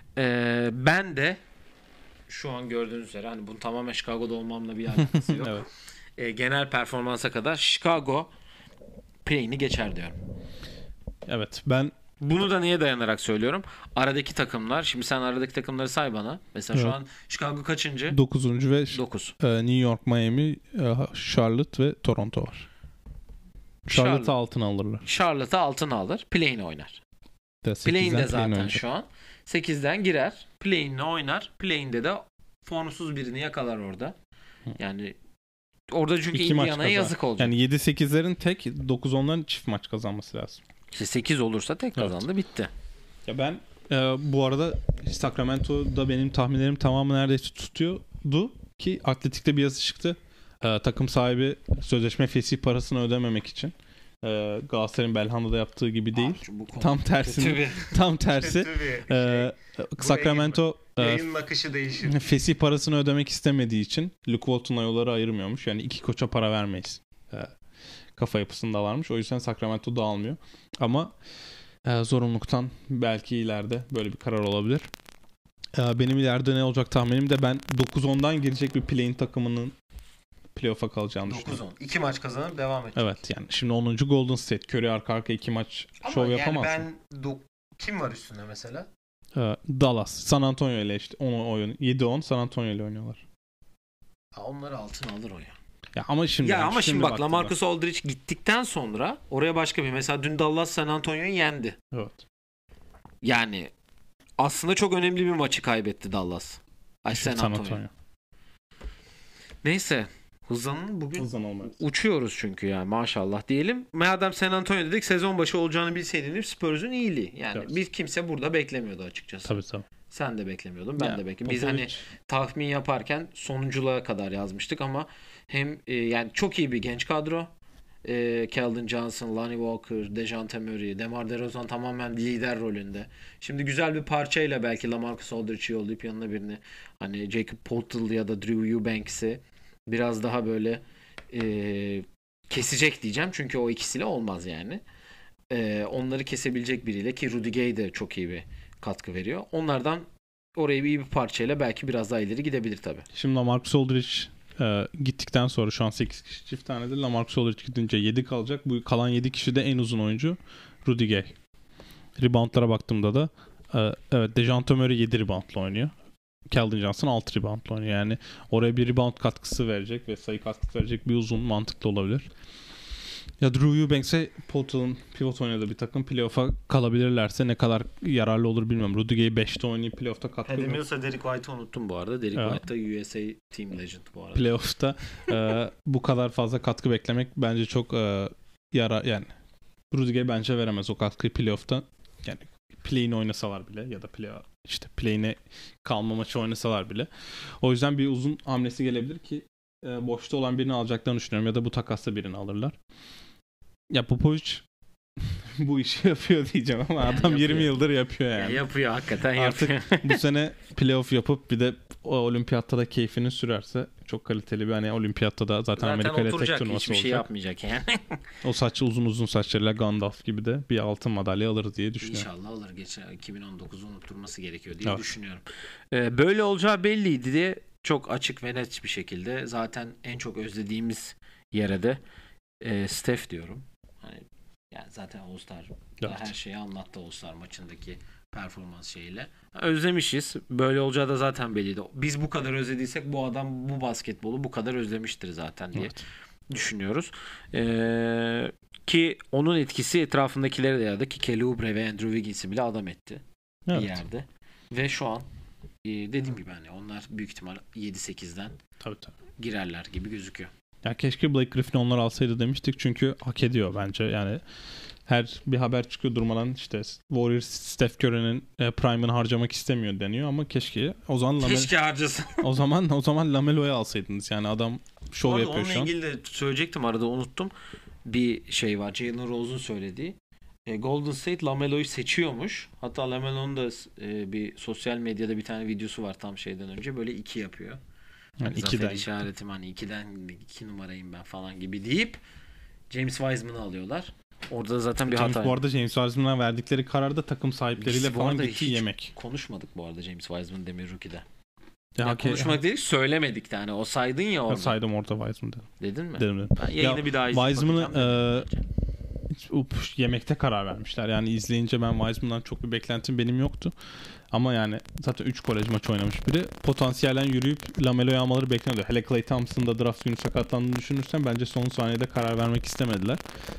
A: Ben de şu an gördüğünüz üzere hani bunun tamamen Chicago'da olmamla bir alakası yok. Evet. Genel performansa kadar Chicago play'ini geçer diyorum.
B: Evet, ben
A: bunu da niye dayanarak söylüyorum? Aradaki takımlar, şimdi sen aradaki takımları say bana. Mesela şu an Chicago kaçıncı?
B: 9. ve
A: 9.
B: New York, Miami, Charlotte ve Toronto var. Charlotte'ı altına alırlar.
A: Charlotte'ı altına alır. Play-in'i oynar. Play-in'de zaten şu an. 8'den girer. Play-in'le oynar. Play-in'de de formsuz birini yakalar orada. Yani orada çünkü Indiana'ya yazık olacak.
B: Yani 7-8'lerin tek, 9-10'ların çift maç kazanması lazım.
A: İşte 8 olursa tek kazandı, bitti.
B: Ya ben bu arada Sacramento'da benim tahminlerim tamamı neredeyse tutuyordu ki Atletik'te bir yazı çıktı. Takım sahibi sözleşme fesih parasını ödememek için. Galatasaray'ın Belhanda'da yaptığı gibi değil. Tam tersine. Tam tersi. Sacramento
A: yayının akışı değişir.
B: Fesih parasını ödemek istemediği için Luke Walton'la yolları ayırmıyormuş. Yani 2 koça para vermeyiz. Kafa yapısında varmış. O yüzden Sacramento dağılmıyor. Ama zorunluluktan belki ileride böyle bir karar olabilir. Benim ileride ne olacak tahminim de ben 9-10'dan girecek bir play-in takımının playoff'a kalacağını düşünüyorum.
A: 9-10. 2 maç kazanıp devam edecek.
B: Evet, yani şimdi 10. Golden State. Curry arka arka 2 maç şov yapamaz.
A: Ama yani kim var üstünde mesela?
B: Dallas. San Antonio ile işte 7-10 San Antonio ile oynuyorlar.
A: Onları altına alır o ya.
B: Ya ama şimdi
A: bak, LaMarcus Aldridge gittikten sonra oraya başka bir, mesela dün Dallas San Antonio'yu yendi.
B: Evet.
A: Yani aslında çok önemli bir maçı kaybetti Dallas. San Antonio. Neyse, hızlanın bugün. Uçuyoruz çünkü yani, maşallah diyelim. Madem San Antonio dedik, sezon başı olacağını bilseydim Spurs'un iyiliği. Yani evet. Biz kimse burada beklemiyordu açıkçası.
B: Tabii.
A: Sen de beklemiyordun, ben de beklemiyordum. Biz hani tahmin yaparken sonunculuğa kadar yazmıştık ama hem yani çok iyi bir genç kadro. Keldon Johnson, Lonnie Walker, Dejounte Murray, DeMar DeRozan tamamen lider rolünde. Şimdi güzel bir parçayla belki LaMarcus Aldridge'i yollayıp yanına birini, hani Jacob Poeltl ya da Drew Eubanks'i biraz daha böyle kesecek diyeceğim. Çünkü o ikisiyle olmaz yani. Onları kesebilecek biriyle, ki Rudy Gay de çok iyi bir katkı veriyor. Onlardan oraya iyi bir parçayla belki biraz daha ileri gidebilir tabii.
B: Şimdi LaMarcus Aldridge gittikten sonra şu an 8 kişi çift tanedir. LaMarcus Aldridge gidince 7 kalacak. Bu kalan 7 kişi de en uzun oyuncu Rudy Gay. Reboundlara baktığımda da evet, Dejounte Murray 7 reboundla oynuyor. Keldon Johnson 6 reboundla oynuyor. Yani oraya bir rebound katkısı verecek ve sayı katkısı verecek bir uzun mantıklı olabilir. Ya Drew Eubanks'e Portland'ın pivot oynadığı bir takım playoff'a kalabilirlerse ne kadar yararlı olur bilmiyorum. Rudy Gay 5'te oynayıp playoff'ta katkı
A: Patty Mills'a Derek White'ı unuttum bu arada. Derek White da USA Team Legend bu arada.
B: Playoff'ta bu kadar fazla katkı beklemek bence çok yani Rudy Gay bence veremez o katkıyı playoff'ta. Yani play-in oynasalar bile ya da play-in'e kalma maçı oynasalar bile. O yüzden bir uzun hamlesi gelebilir ki boşta olan birini alacaklarını düşünüyorum ya da bu takasta birini alırlar. Ya Popovic bu işi yapıyor diyeceğim ama yani adam yapıyor. 20 yıldır yapıyor yani.
A: Ya yapıyor hakikaten
B: artık
A: yapıyor.
B: Bu sene playoff yapıp bir de o olimpiyatta da keyfini sürerse çok kaliteli bir hani olimpiyatta da zaten Amerika ile tek turnuvası olacak.
A: Hiçbir şey yapmayacak yani.
B: O uzun saçlarıyla Gandalf gibi de bir altın madalya alır diye düşünüyorum.
A: İnşallah alır. Geçen 2019'u unutturması gerekiyor diye düşünüyorum. Böyle olacağı belliydi diye çok açık ve net bir şekilde zaten en çok özlediğimiz yere de Steph diyorum. Hani yani zaten All-Star her şeyi anlattı All-Star maçındaki performans şeyiyle. Özlemişiz. Böyle olacağı da zaten belliydi. Biz bu kadar özlediysek bu adam bu basketbolu bu kadar özlemiştir zaten diye düşünüyoruz. Ki onun etkisi etrafındakileri de yaradı ki Kelly Oubre ve Andrew Wiggins'i bile adam etti bir yerde. Ve şu an dediğim gibi hani onlar büyük ihtimal 7-8'den girerler gibi gözüküyor.
B: Ya keşke Blake Griffin onlar alsaydı demiştik çünkü hak ediyor bence. Yani her bir haber çıkıyor durmadan işte Warriors Steph Curry'nin prime'ını harcamak istemiyor deniyor ama keşke o zaman
A: harcasın.
B: o zaman Lamelo'yu alsaydınız. Yani adam şov yapıyor şu an.
A: Onunla ilgili de söyleyecektim arada unuttum. Bir şey var. Jalen Rose'un söylediği. Golden State Lamelo'yu seçiyormuş. Hatta Lamelo'nun da bir sosyal medyada bir tane videosu var tam şeyden önce. Böyle 2 yapıyor. Yani zafer işaretim hani 2 numarayım ben falan gibi deyip James Wiseman'ı alıyorlar. Orada zaten bir hata.
B: Bu arada James Wiseman'a verdikleri kararda takım sahipleriyle falan gitti yemek.
A: Konuşmadık bu arada James Wiseman Demir Rookie'de. Ya konuşmak değil, söylemedik de hani o saydın ya orada.
B: Ben saydım orada Wiseman'ı.
A: Dedin mi?
B: Dedim.
A: Ben yayını bir daha
B: Wiseman'ı yemekte karar vermişler. Yani izleyince ben Wiseman'dan çok bir beklentim benim yoktu. Ama yani zaten 3 kolej maç oynamış biri. Potansiyelen yürüyüp Lamelo'yu almaları bekleniyordu. Hele Klay Thompson'da draft günü sakatlandığını düşünürsen bence son saniyede karar vermek istemediler.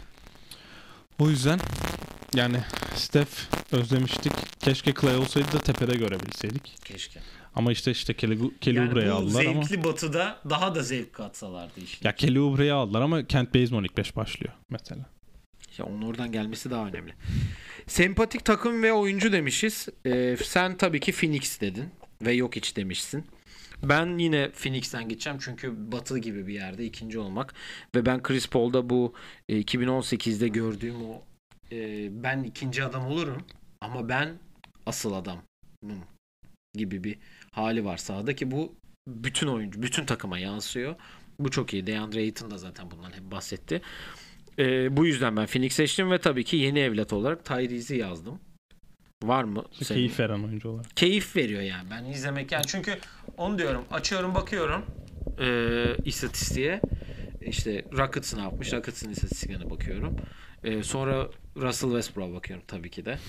B: O yüzden yani Steph özlemiştik. Keşke Klay olsaydı da tepede görebilseydik.
A: Keşke.
B: Ama işte Kelly Oubre'yi aldılar ama.
A: Zevkli batıda daha da zevk katsalardı işte.
B: Ya Kelly Oubre'yi aldılar ama Kent Bazemore ilk 5 başlıyor mesela.
A: Ya onun oradan gelmesi daha önemli. Sempatik takım ve oyuncu demişiz. Sen tabii ki Phoenix dedin ve Jokic demişsin. Ben yine Phoenix'ten gideceğim çünkü Batı gibi bir yerde ikinci olmak ve ben Chris Paul'da bu 2018'de gördüğüm o ben ikinci adam olurum ama ben asıl adamım gibi bir hali var sahada ki bu bütün oyuncu, bütün takıma yansıyor. Bu çok iyi. DeAndre Ayton da zaten bundan hep bahsetti. Bu yüzden ben Phoenix seçtim ve tabii ki yeni evlat olarak Tyrese'i yazdım. Var mı?
B: Keyif veren oyuncu olarak.
A: Keyif veriyor yani. Ben izlemek yani çünkü onu diyorum. Açıyorum bakıyorum istatistiğe. İşte Rockets ne yapmış? Rockets'ın istatistiklerine bakıyorum. Sonra Russell Westbrook'a bakıyorum tabii ki de.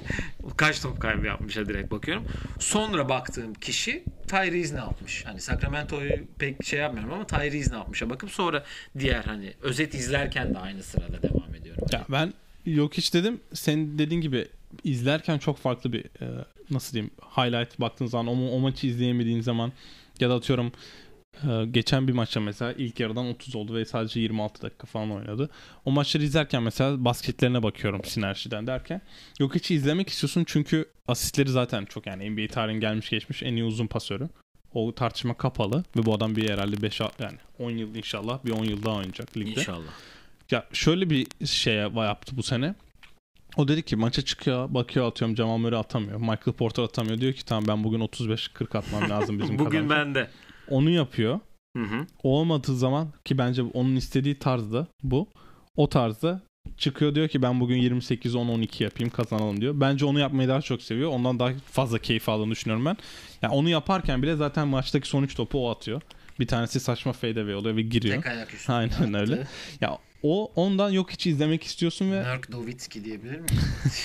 A: Kaç top kaybı yapmış'a direkt bakıyorum. Sonra baktığım kişi Tyrese ne yapmış? Hani Sacramento'yu pek şey yapmıyorum ama Tyrese ne yapmış'a bakıp sonra diğer hani özet izlerken de aynı sırada devam ediyorum.
B: Ya ben yok hiç dedim. Sen dediğin gibi izlerken çok farklı bir nasıl diyeyim highlight baktığın zaman o maçı izleyemediğin zaman ya da atıyorum geçen bir maçta mesela ilk yarıdan 30 oldu ve sadece 26 dakika falan oynadı. O maçları izlerken mesela basketlerine bakıyorum sinerjiden derken. Yok hiç izlemek istiyorsun çünkü asistleri zaten çok yani NBA tarihinin gelmiş geçmiş en iyi uzun pasörü. O tartışma kapalı ve bu adam bir herhalde 5 yani 10 yıl inşallah bir 10 yıl daha oynayacak ligde.
A: İnşallah.
B: Ya şöyle bir şeye yaptı bu sene. O dedi ki maça çıkıyor, bakıyor atıyorum Jamal Murray atamıyor. Michael Porter atamıyor. Diyor ki tamam ben bugün 35-40 atmam lazım bizim
A: bugün bende.
B: Onu yapıyor.
A: Hı.
B: O olmadığı zaman ki bence onun istediği tarzda bu. O tarzda çıkıyor diyor ki ben bugün 28-10-12 yapayım kazanalım diyor. Bence onu yapmayı daha çok seviyor. Ondan daha fazla keyif aldığını düşünüyorum ben. Yani onu yaparken bile zaten maçtaki son 3 topu o atıyor. Bir tanesi saçma fadeaway oluyor ve giriyor.
A: Tek ayak üstü.
B: Aynen öyle. Ya o ondan yok hiç izlemek istiyorsun ve
A: Dirk Nowitzki diyebilir miyim?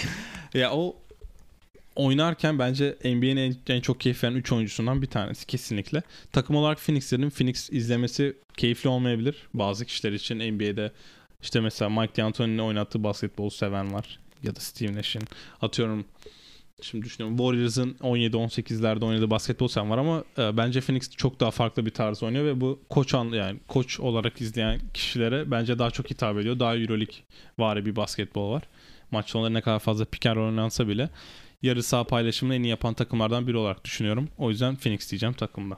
B: ya o oynarken bence NBA'nin en çok keyif veren 3 oyuncusundan bir tanesi kesinlikle. Takım olarak Phoenix dedim. Phoenix izlemesi keyifli olmayabilir. Bazı kişiler için NBA'de İşte mesela Mike D'Antoni'nin oynattığı basketbol seven var. Ya da Steve Nash'in. Atıyorum, şimdi düşünüyorum, Warriors'ın 17-18'lerde oynadığı basketbol seven var ama bence Phoenix çok daha farklı bir tarz oynuyor ve bu yani koç olarak izleyen kişilere bence daha çok hitap ediyor. Daha EuroLeague vari bir basketbol var. Maç sonları ne kadar fazla pick and roll oynansa bile yarı saha paylaşımını en iyi yapan takımlardan biri olarak düşünüyorum. O yüzden Phoenix diyeceğim takımda.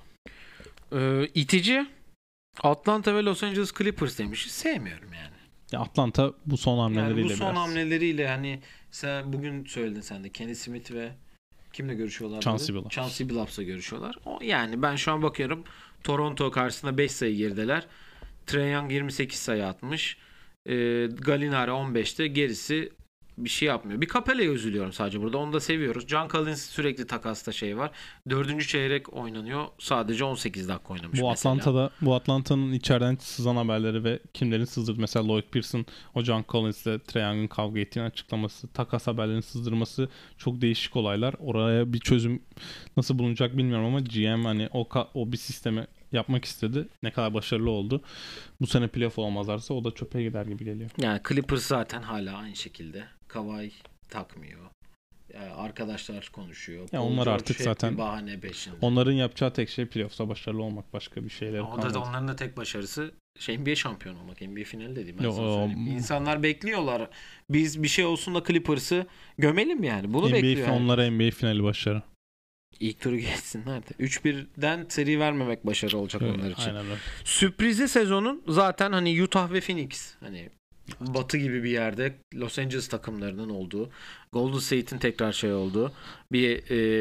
A: İtici Atlanta ve Los Angeles Clippers demiş. Sevmiyorum yani.
B: Ya Atlanta bu son hamleleriyle
A: yani bu son
B: biraz.
A: hamleleriyle hani sen bugün söyledin sen de Kenny Smith ve kimle görüşüyorlar? Chauncey Billups'la görüşüyorlar. Yani ben şu an bakıyorum Toronto karşısında 5 sayı gerideler. Trae Young 28 sayı atmış. Gallinari 15'te, gerisi bir şey yapmıyor. Bir Capella'ya üzülüyorum sadece burada. Onu da seviyoruz. John Collins sürekli takasta şey var. 4. çeyrek oynanıyor. Sadece 18 dakika oynamış mesela.
B: Bu Atlanta'nın içeriden sızan haberleri ve kimlerin sızdırdı. Mesela Lloyd Pierce'ın o John Collins'le Trae Young'ın kavga ettiğini açıklaması, takas haberlerinin sızdırması çok değişik olaylar. Oraya bir çözüm nasıl bulunacak bilmiyorum ama GM hani o bir sistemi yapmak istedi. Ne kadar başarılı oldu. Bu sene playoff olmazlarsa o da çöpe gider gibi geliyor.
A: Yani Clippers zaten hala aynı şekilde. Kawhi takmıyor. Yani arkadaşlar konuşuyor.
B: Ya onlar artık zaten
A: bahane peşinde.
B: Onların yapacağı tek şey playoff'ta başarılı olmak. Başka bir şeyler
A: kalmadı. Onların da tek başarısı NBA şampiyonu olmak. NBA finali dediğim ben sana söyleyeyim. İnsanlar bekliyorlar. Biz bir şey olsun da Clippers'ı gömelim yani. Bunu bekliyor.
B: Onlara NBA finali başarı.
A: İlk turu geçsinler de. 3-1'den seri vermemek başarı olacak onlar için.
B: Aynen öyle.
A: Sürprizi sezonun zaten hani Utah ve Phoenix. Hani Batı gibi bir yerde Los Angeles takımlarının olduğu, Golden State'in tekrar şey olduğu bir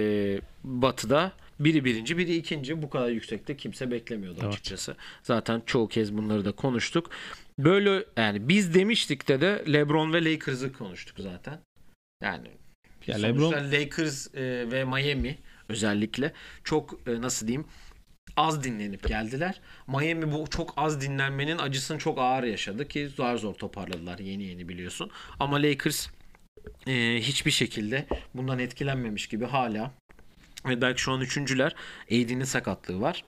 A: Batı'da biri birinci, biri ikinci. Bu kadar yüksekte kimse beklemiyordu açıkçası. Zaten çoğu kez bunları da konuştuk. Böyle yani biz demiştik de LeBron ve Lakers'ı konuştuk zaten. Yani
B: ya
A: LeBron, Lakers ve Miami özellikle çok nasıl diyeyim, az dinlenip geldiler. Miami bu çok az dinlenmenin acısını çok ağır yaşadı ki zor zor toparladılar yeni biliyorsun. Ama Lakers hiçbir şekilde bundan etkilenmemiş gibi hala. Ve belki şu an üçüncüler. AD'nin sakatlığı var.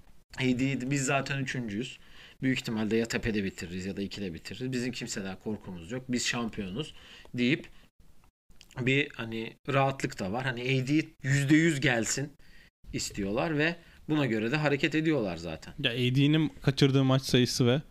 A: AD biz zaten üçüncüyüz. Büyük ihtimalle ya tepede bitiririz ya da 2'de bitiririz. Bizim kimseden korkumuz yok. Biz şampiyonuz deyip bir hani rahatlık da var. Hani AD %100 gelsin istiyorlar ve buna göre de hareket ediyorlar zaten.
B: Ya AD'nin kaçırdığı maç sayısı ve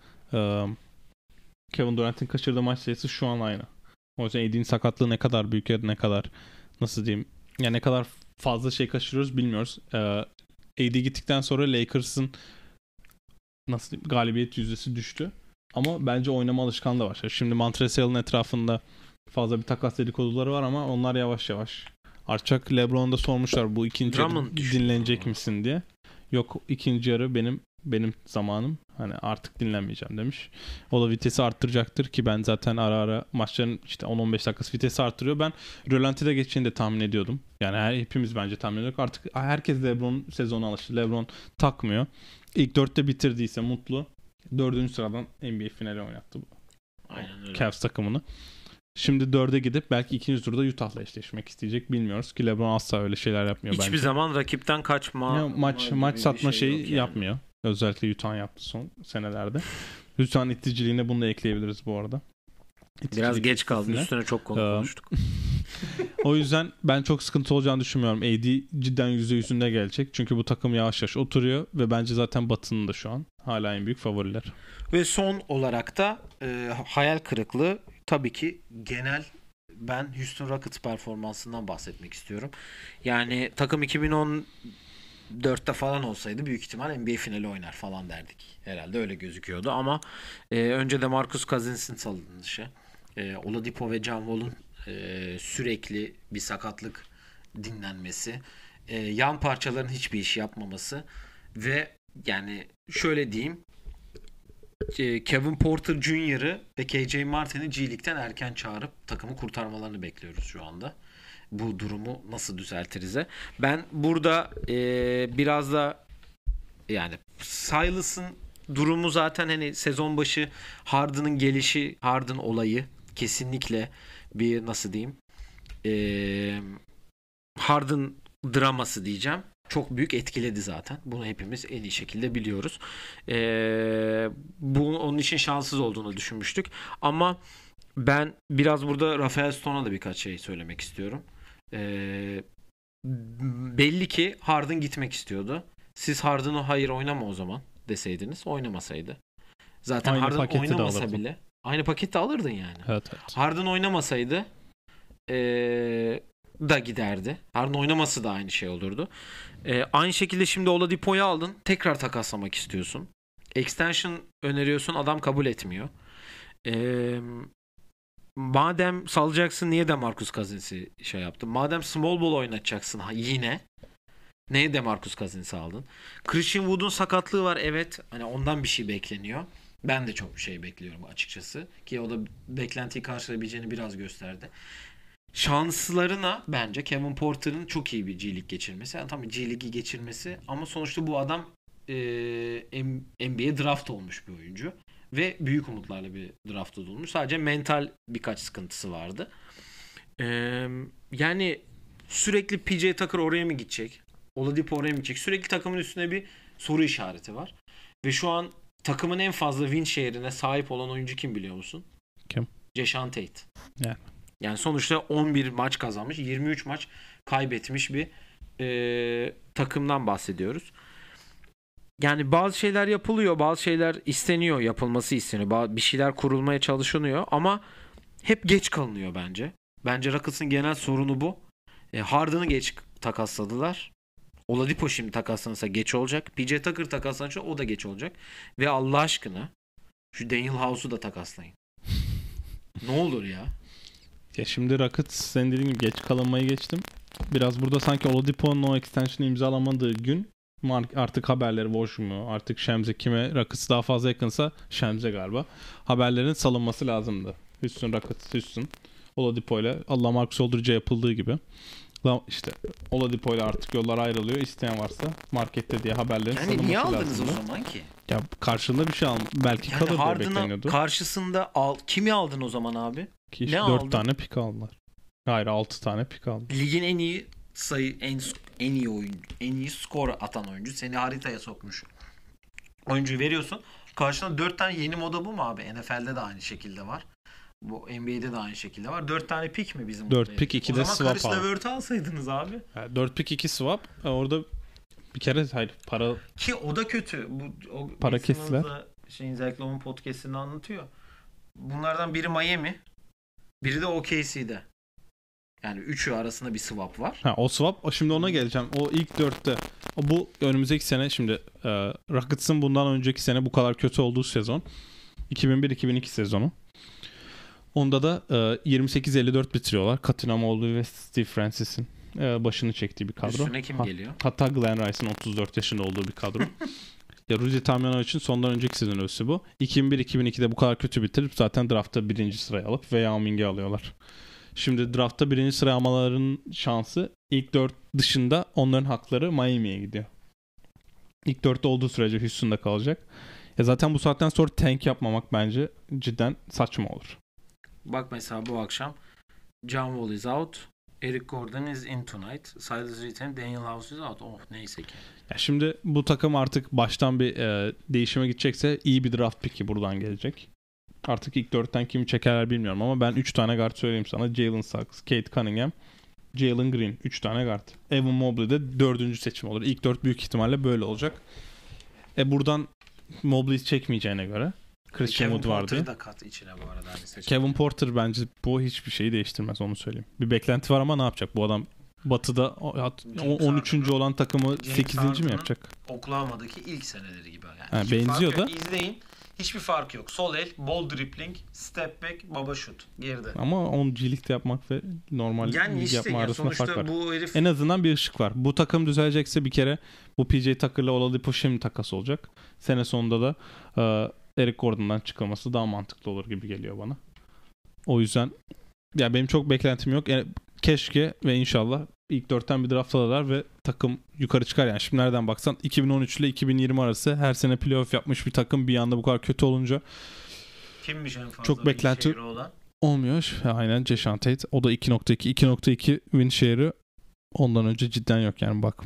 B: Kevin Durant'in kaçırdığı maç sayısı şu an aynı. O yüzden AD'nin sakatlığı ne kadar büyük ya da ne kadar nasıl diyeyim, ya ne kadar fazla şey kaçırıyoruz bilmiyoruz. AD gittikten sonra Lakers'ın nasıl diyeyim, galibiyet yüzdesi düştü. Ama bence oynama alışkanlığı var. Şimdi Montrezl'in etrafında fazla bir takas dedikoduları var ama onlar yavaş yavaş artacak. LeBron'da sormuşlar bu ikinci yarı dinlenecek misin diye. Yok, ikinci yarı benim zamanım. Hani artık dinlenmeyeceğim demiş. O da vitesi arttıracaktır ki ben zaten ara ara maçların işte 10-15 dakikası vitesi arttırıyor. Ben rölantide geçeceğini de tahmin ediyordum. Yani hepimiz bence tahmin ediyorduk. Artık herkes LeBron sezonu alıştı. LeBron takmıyor. İlk 4'te bitirdiyse mutlu. 4. sıradan NBA finali oynattı bu.
A: Aynen öyle.
B: Cavs takımını. Şimdi 4'e gidip belki ikinci turda Utah'la eşleşmek isteyecek. Bilmiyoruz ki LeBron asla öyle şeyler yapmıyor
A: bence.
B: Hiçbir
A: zaman rakipten kaçma.
B: Maç satma şeyi
A: yani
B: yapmıyor. Özellikle Utah yaptı son senelerde. Utah'ın iticiliğine bunu da ekleyebiliriz bu arada.
A: Biraz geç kaldı. Üstüne çok konuştuk.
B: O yüzden ben çok sıkıntı olacağını düşünmüyorum. AD cidden %100'ünde gelecek. Çünkü bu takım yavaş yavaş oturuyor ve bence zaten Batı'nın da şu an hala en büyük favoriler.
A: Ve son olarak da hayal kırıklığı tabii ki genel, ben Houston Rockets performansından bahsetmek istiyorum. Yani takım 2014'te falan olsaydı büyük ihtimal NBA finali oynar falan derdik. Herhalde öyle gözüküyordu ama önce de Marcus Cousins'in salınışı, Oladipo ve John Wall'un sürekli bir sakatlık dinlenmesi, yan parçaların hiçbir iş yapmaması ve yani şöyle diyeyim, Kevin Porter Jr.'ı ve KJ Martin'i G League'den erken çağırıp takımı kurtarmalarını bekliyoruz şu anda. Bu durumu nasıl düzeltiriz'e. Ben burada biraz da yani Silas'ın durumu zaten hani sezon başı Harden'ın gelişi, Harden olayı kesinlikle bir nasıl diyeyim, Harden draması diyeceğim. çok büyük etkiledi zaten. Bunu hepimiz en iyi şekilde biliyoruz. Bu onun için şanssız olduğunu düşünmüştük. Ama ben biraz burada Rafael Stone'a da birkaç şey söylemek istiyorum. Belli ki Harden gitmek istiyordu. Siz Harden'ı hayır oynama o zaman deseydiniz, oynamasaydı. Zaten
B: Aynı
A: Harden
B: paketi de
A: oynamasa
B: alırdın.
A: bile aynı pakette alırdın yani.
B: Evet, evet.
A: Harden oynamasaydı da giderdi. Harden oynaması da aynı şey olurdu. Aynı şekilde şimdi Oladipo'yu aldın. Tekrar takaslamak istiyorsun. Extension öneriyorsun. Adam kabul etmiyor. Madem salacaksın, niye DeMarcus Cousins'i şey yaptın? Madem small ball oynatacaksın yine, neye DeMarcus Cousins'i aldın? Christian Wood'un sakatlığı var, evet. Hani ondan bir şey bekleniyor. Ben de çok bir şey bekliyorum açıkçası. Ki o da beklentiyi karşılayabileceğini biraz gösterdi. Şanslarına bence Kevin Porter'ın çok iyi bir G League geçirmesi. Yani tabii G League'i geçirmesi ama sonuçta bu adam NBA draft olmuş bir oyuncu. Ve büyük umutlarla bir draft olmuş. Sadece mental birkaç sıkıntısı vardı. Yani sürekli PJ Tucker oraya mı gidecek? Oladipo oraya mı gidecek? Sürekli takımın üstüne bir soru işareti var. Ve şu an takımın en fazla win share'ine sahip olan oyuncu kim biliyor musun?
B: Kim?
A: Jason Tate.
B: Yani.
A: Yani sonuçta 11 maç kazanmış, 23 maç kaybetmiş bir takımdan bahsediyoruz. Yani bazı şeyler yapılıyor, bazı şeyler isteniyor, yapılması isteniyor. Bir şeyler kurulmaya çalışılıyor ama hep geç kalınıyor bence. Bence Rockets'ın genel sorunu bu. Harden'ı geç takasladılar. Oladipo şimdi takaslanırsa geç olacak. PJ Tucker takaslanırsa o da geç olacak. Ve Allah aşkına şu Daniel House'u da takaslayın. Ne olur ya.
B: Ya şimdi Rockets senin dediğin gibi geç kalınmayı geçtim. Biraz burada sanki Oladipo'nun o extension'ı imzalamadığı gün artık haberleri Woj mu artık Shems'e kime Rockets daha fazla yakınsa Shems'e galiba haberlerin salınması lazımdı. Houston Rockets Houston Oladipo ile Allah Marcus Aldridge'e yapıldığı gibi. İşte Oladipo ile artık yollar ayrılıyor. İsteyen varsa markette diye haberlerin
A: yani
B: salınması lazımdı.
A: niye aldınız o zaman ki?
B: Ya karşılığında bir şey belki
A: yani
B: kalır diye bekleniyordu.
A: Harden'a karşısında kimi aldın o zaman abi?
B: Ki işte 4 tane pik aldılar. Hayır 6 tane pik aldılar.
A: Ligin en iyi en iyi oyuncu, en iyi skor atan oyuncu seni haritaya sokmuş. Oyuncuyu veriyorsun. Karşına 4 tane yeni moda bu mu abi? NFL'de de aynı şekilde var. Bu NBA'de de aynı şekilde var. 4 tane pik mi bizim?
B: 4 pik 2 de swap abi. O zaman
A: Karis LeVert'ı alsaydınız abi.
B: Yani 4 pik 2 swap. Orada bir kere para
A: ki o da kötü.
B: Para kestiler.
A: Zach Lowe'un podcast'inde anlatıyor. Bunlardan biri Miami, biri de OKC'de. Yani üçü arasında bir swap var.
B: O swap. Şimdi ona geleceğim. O ilk 4'te. Bu önümüzdeki sene şimdi Rockets'ın bundan önceki sene bu kadar kötü olduğu sezon. 2001-2002 sezonu. Onda da 28-54 bitiriyorlar. Katina Mobley ve Steve Francis'in başını çektiği bir kadro.
A: Üstüne kim geliyor?
B: Hatta Glenn Rice'ın 34 yaşında olduğu bir kadro. Ya Rudy Tomjanovic'in sondan önceki sezon ölçüsü bu. 2001-2002'de bu kadar kötü bitirip zaten draftta 1. sıraya alıp Yao Ming'i alıyorlar. Şimdi draftta 1. sıraya almaların şansı ilk 4 dışında onların hakları Miami'ye gidiyor. İlk 4'te olduğu sürece Houston'da kalacak. Zaten bu saatten sonra tank yapmamak bence cidden saçma olur.
A: Bak mesela bu akşam John Wall is out. Eric Gordon is in tonight. Silas Reed, Daniel House is out. Oh neyse ki.
B: Ya şimdi bu takım artık baştan bir değişime gidecekse iyi bir draft pick'i buradan gelecek. Artık ilk 4'ten kimi çekerler bilmiyorum ama ben 3 tane guard söyleyeyim sana. Jalen Suggs, Kate Cunningham, Jalen Green. 3 tane guard. Evan Mobley de 4. seçim olur. İlk 4 büyük ihtimalle böyle olacak. Buradan Mobley'i çekmeyeceğine göre Christian Wood vardı.
A: Kevin Porter'ı da kat içine bu arada.
B: Kevin Porter bence bu hiçbir şeyi değiştirmez, onu söyleyeyim. Bir beklenti var ama ne yapacak? Bu adam Batı'da 13. olan takımı 8. mi yapacak?
A: Oklahoma'daki ilk seneleri gibi. Yani
B: benziyor da.
A: İzleyin. Hiçbir fark yok. Sol el, ball dribbling, step back, baba şut. Geride.
B: Ama onu G-League'de yapmak ve normal
A: yani
B: lig yapma arasında fark var.
A: Bu herif...
B: En azından bir ışık var. Bu takım düzelecekse bir kere bu PJ Tucker'la Oladipo şimdi takas olacak. Sene sonunda da Eric Gordon'dan çıkılması daha mantıklı olur gibi geliyor bana. O yüzden ya benim çok beklentim yok. Yani keşke ve inşallah ilk 4'ten bir draft alırlar ve takım yukarı çıkar. Yani şimdi nereden baksan 2013 ile 2020 arası her sene playoff yapmış bir takım bir anda bu kadar kötü olunca
A: kimmiş en fazla
B: çok beklenti olmuyor. Aynen Jason Tate. O da 2.2 win share'ı Ondan önce cidden yok yani bak.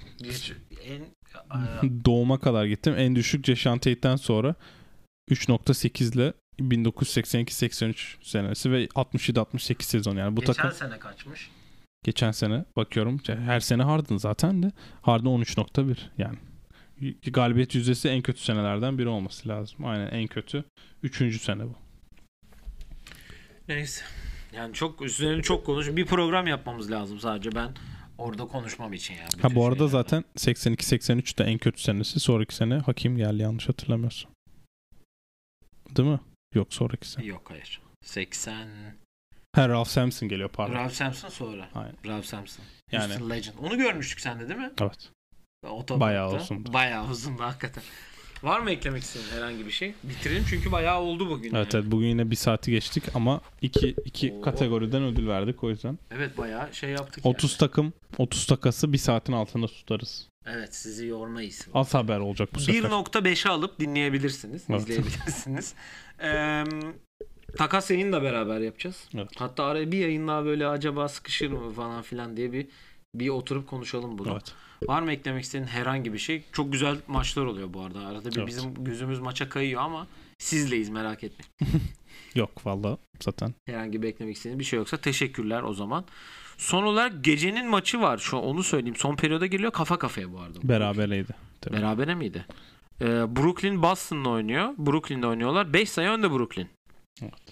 B: Doğuma kadar gittim. En düşük Jason Tate'den sonra 3.8 ile 1982-83 senesi ve 67-68 sezon yani bu
A: geçen
B: takım.
A: Sene kaçmış?
B: Geçen sene bakıyorum her sene Harden zaten de Harden 13.1 yani. Galibiyet yüzdesi en kötü senelerden biri olması lazım. Aynen en kötü. 3. sene bu.
A: Neyse. Yani çok üstüne çok bir program yapmamız lazım sadece ben orada konuşmam için yani.
B: Ha bu arada zaten 82-83 de en kötü senesi. Sonraki sene Hakim geldi yanlış hatırlamıyorsam. Değil mi? Yok sonraki sene.
A: Yok hayır. 80.
B: Ralph Sampson geliyor pardon.
A: Ralph Sampson sonra.
B: Aynen.
A: Ralph Sampson.
B: Yani.
A: Houston Legend. Onu görmüştük sende değil mi?
B: Evet.
A: Bayağı uzundu. Bayağı uzundu hakikaten. Var mı eklemek istediğin herhangi bir şey? Bitirelim çünkü bayağı oldu bugün.
B: Evet yani. Evet bugün yine bir saati geçtik ama iki kategoriden ödül verdik o yüzden.
A: Evet bayağı şey yaptık
B: 30
A: yani.
B: takım 30 takası bir saatin altında tutarız.
A: Evet sizi yormayız.
B: Az haber olacak bu sefer.
A: 1.5'e alıp dinleyebilirsiniz. Evet. İzleyebilirsiniz. Takas yayını da beraber yapacağız.
B: Evet.
A: Hatta araya bir yayın daha böyle acaba sıkışır mı falan filan diye bir oturup konuşalım bunu.
B: Evet.
A: Var mı eklemek istediğin herhangi bir şey? Çok güzel maçlar oluyor bu arada. Arada bir bizim gözümüz maça kayıyor ama sizleyiz merak etmeyin.
B: Yok valla zaten.
A: Herhangi bir eklemek istediğin bir şey yoksa teşekkürler o zaman. Son olarak gecenin maçı var. Onu söyleyeyim. Son periyoda geliyor kafa kafaya bu arada.
B: Berabereydi.
A: Tabii. Berabere miydi? Brooklyn Boston'la oynuyor. Brooklyn'de oynuyorlar. 5 sayı önde Brooklyn.
B: Evet.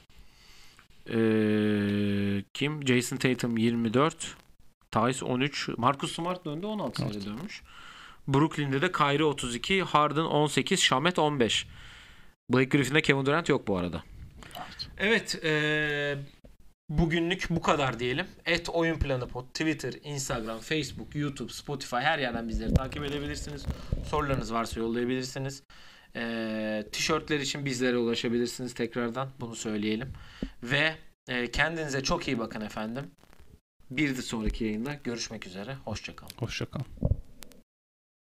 A: Kim? Jason Tatum 24. Tice 13. Marcus Smart döndü 16 sayı dönmüş. Brooklyn'de de Kyrie 32. Harden 18. Shamet 15. Blake Griffin'de Kevin Durant yok bu arada. Evet. Bugünlük bu kadar diyelim. @oyunplanı.pod Twitter, Instagram, Facebook, YouTube, Spotify her yerden bizleri takip edebilirsiniz. Sorularınız varsa yollayabilirsiniz. Tişörtler için bizlere ulaşabilirsiniz tekrardan. Bunu söyleyelim. Ve kendinize çok iyi bakın efendim. Bir de sonraki yayında görüşmek üzere. Hoşça kalın.
B: Hoşça kalın.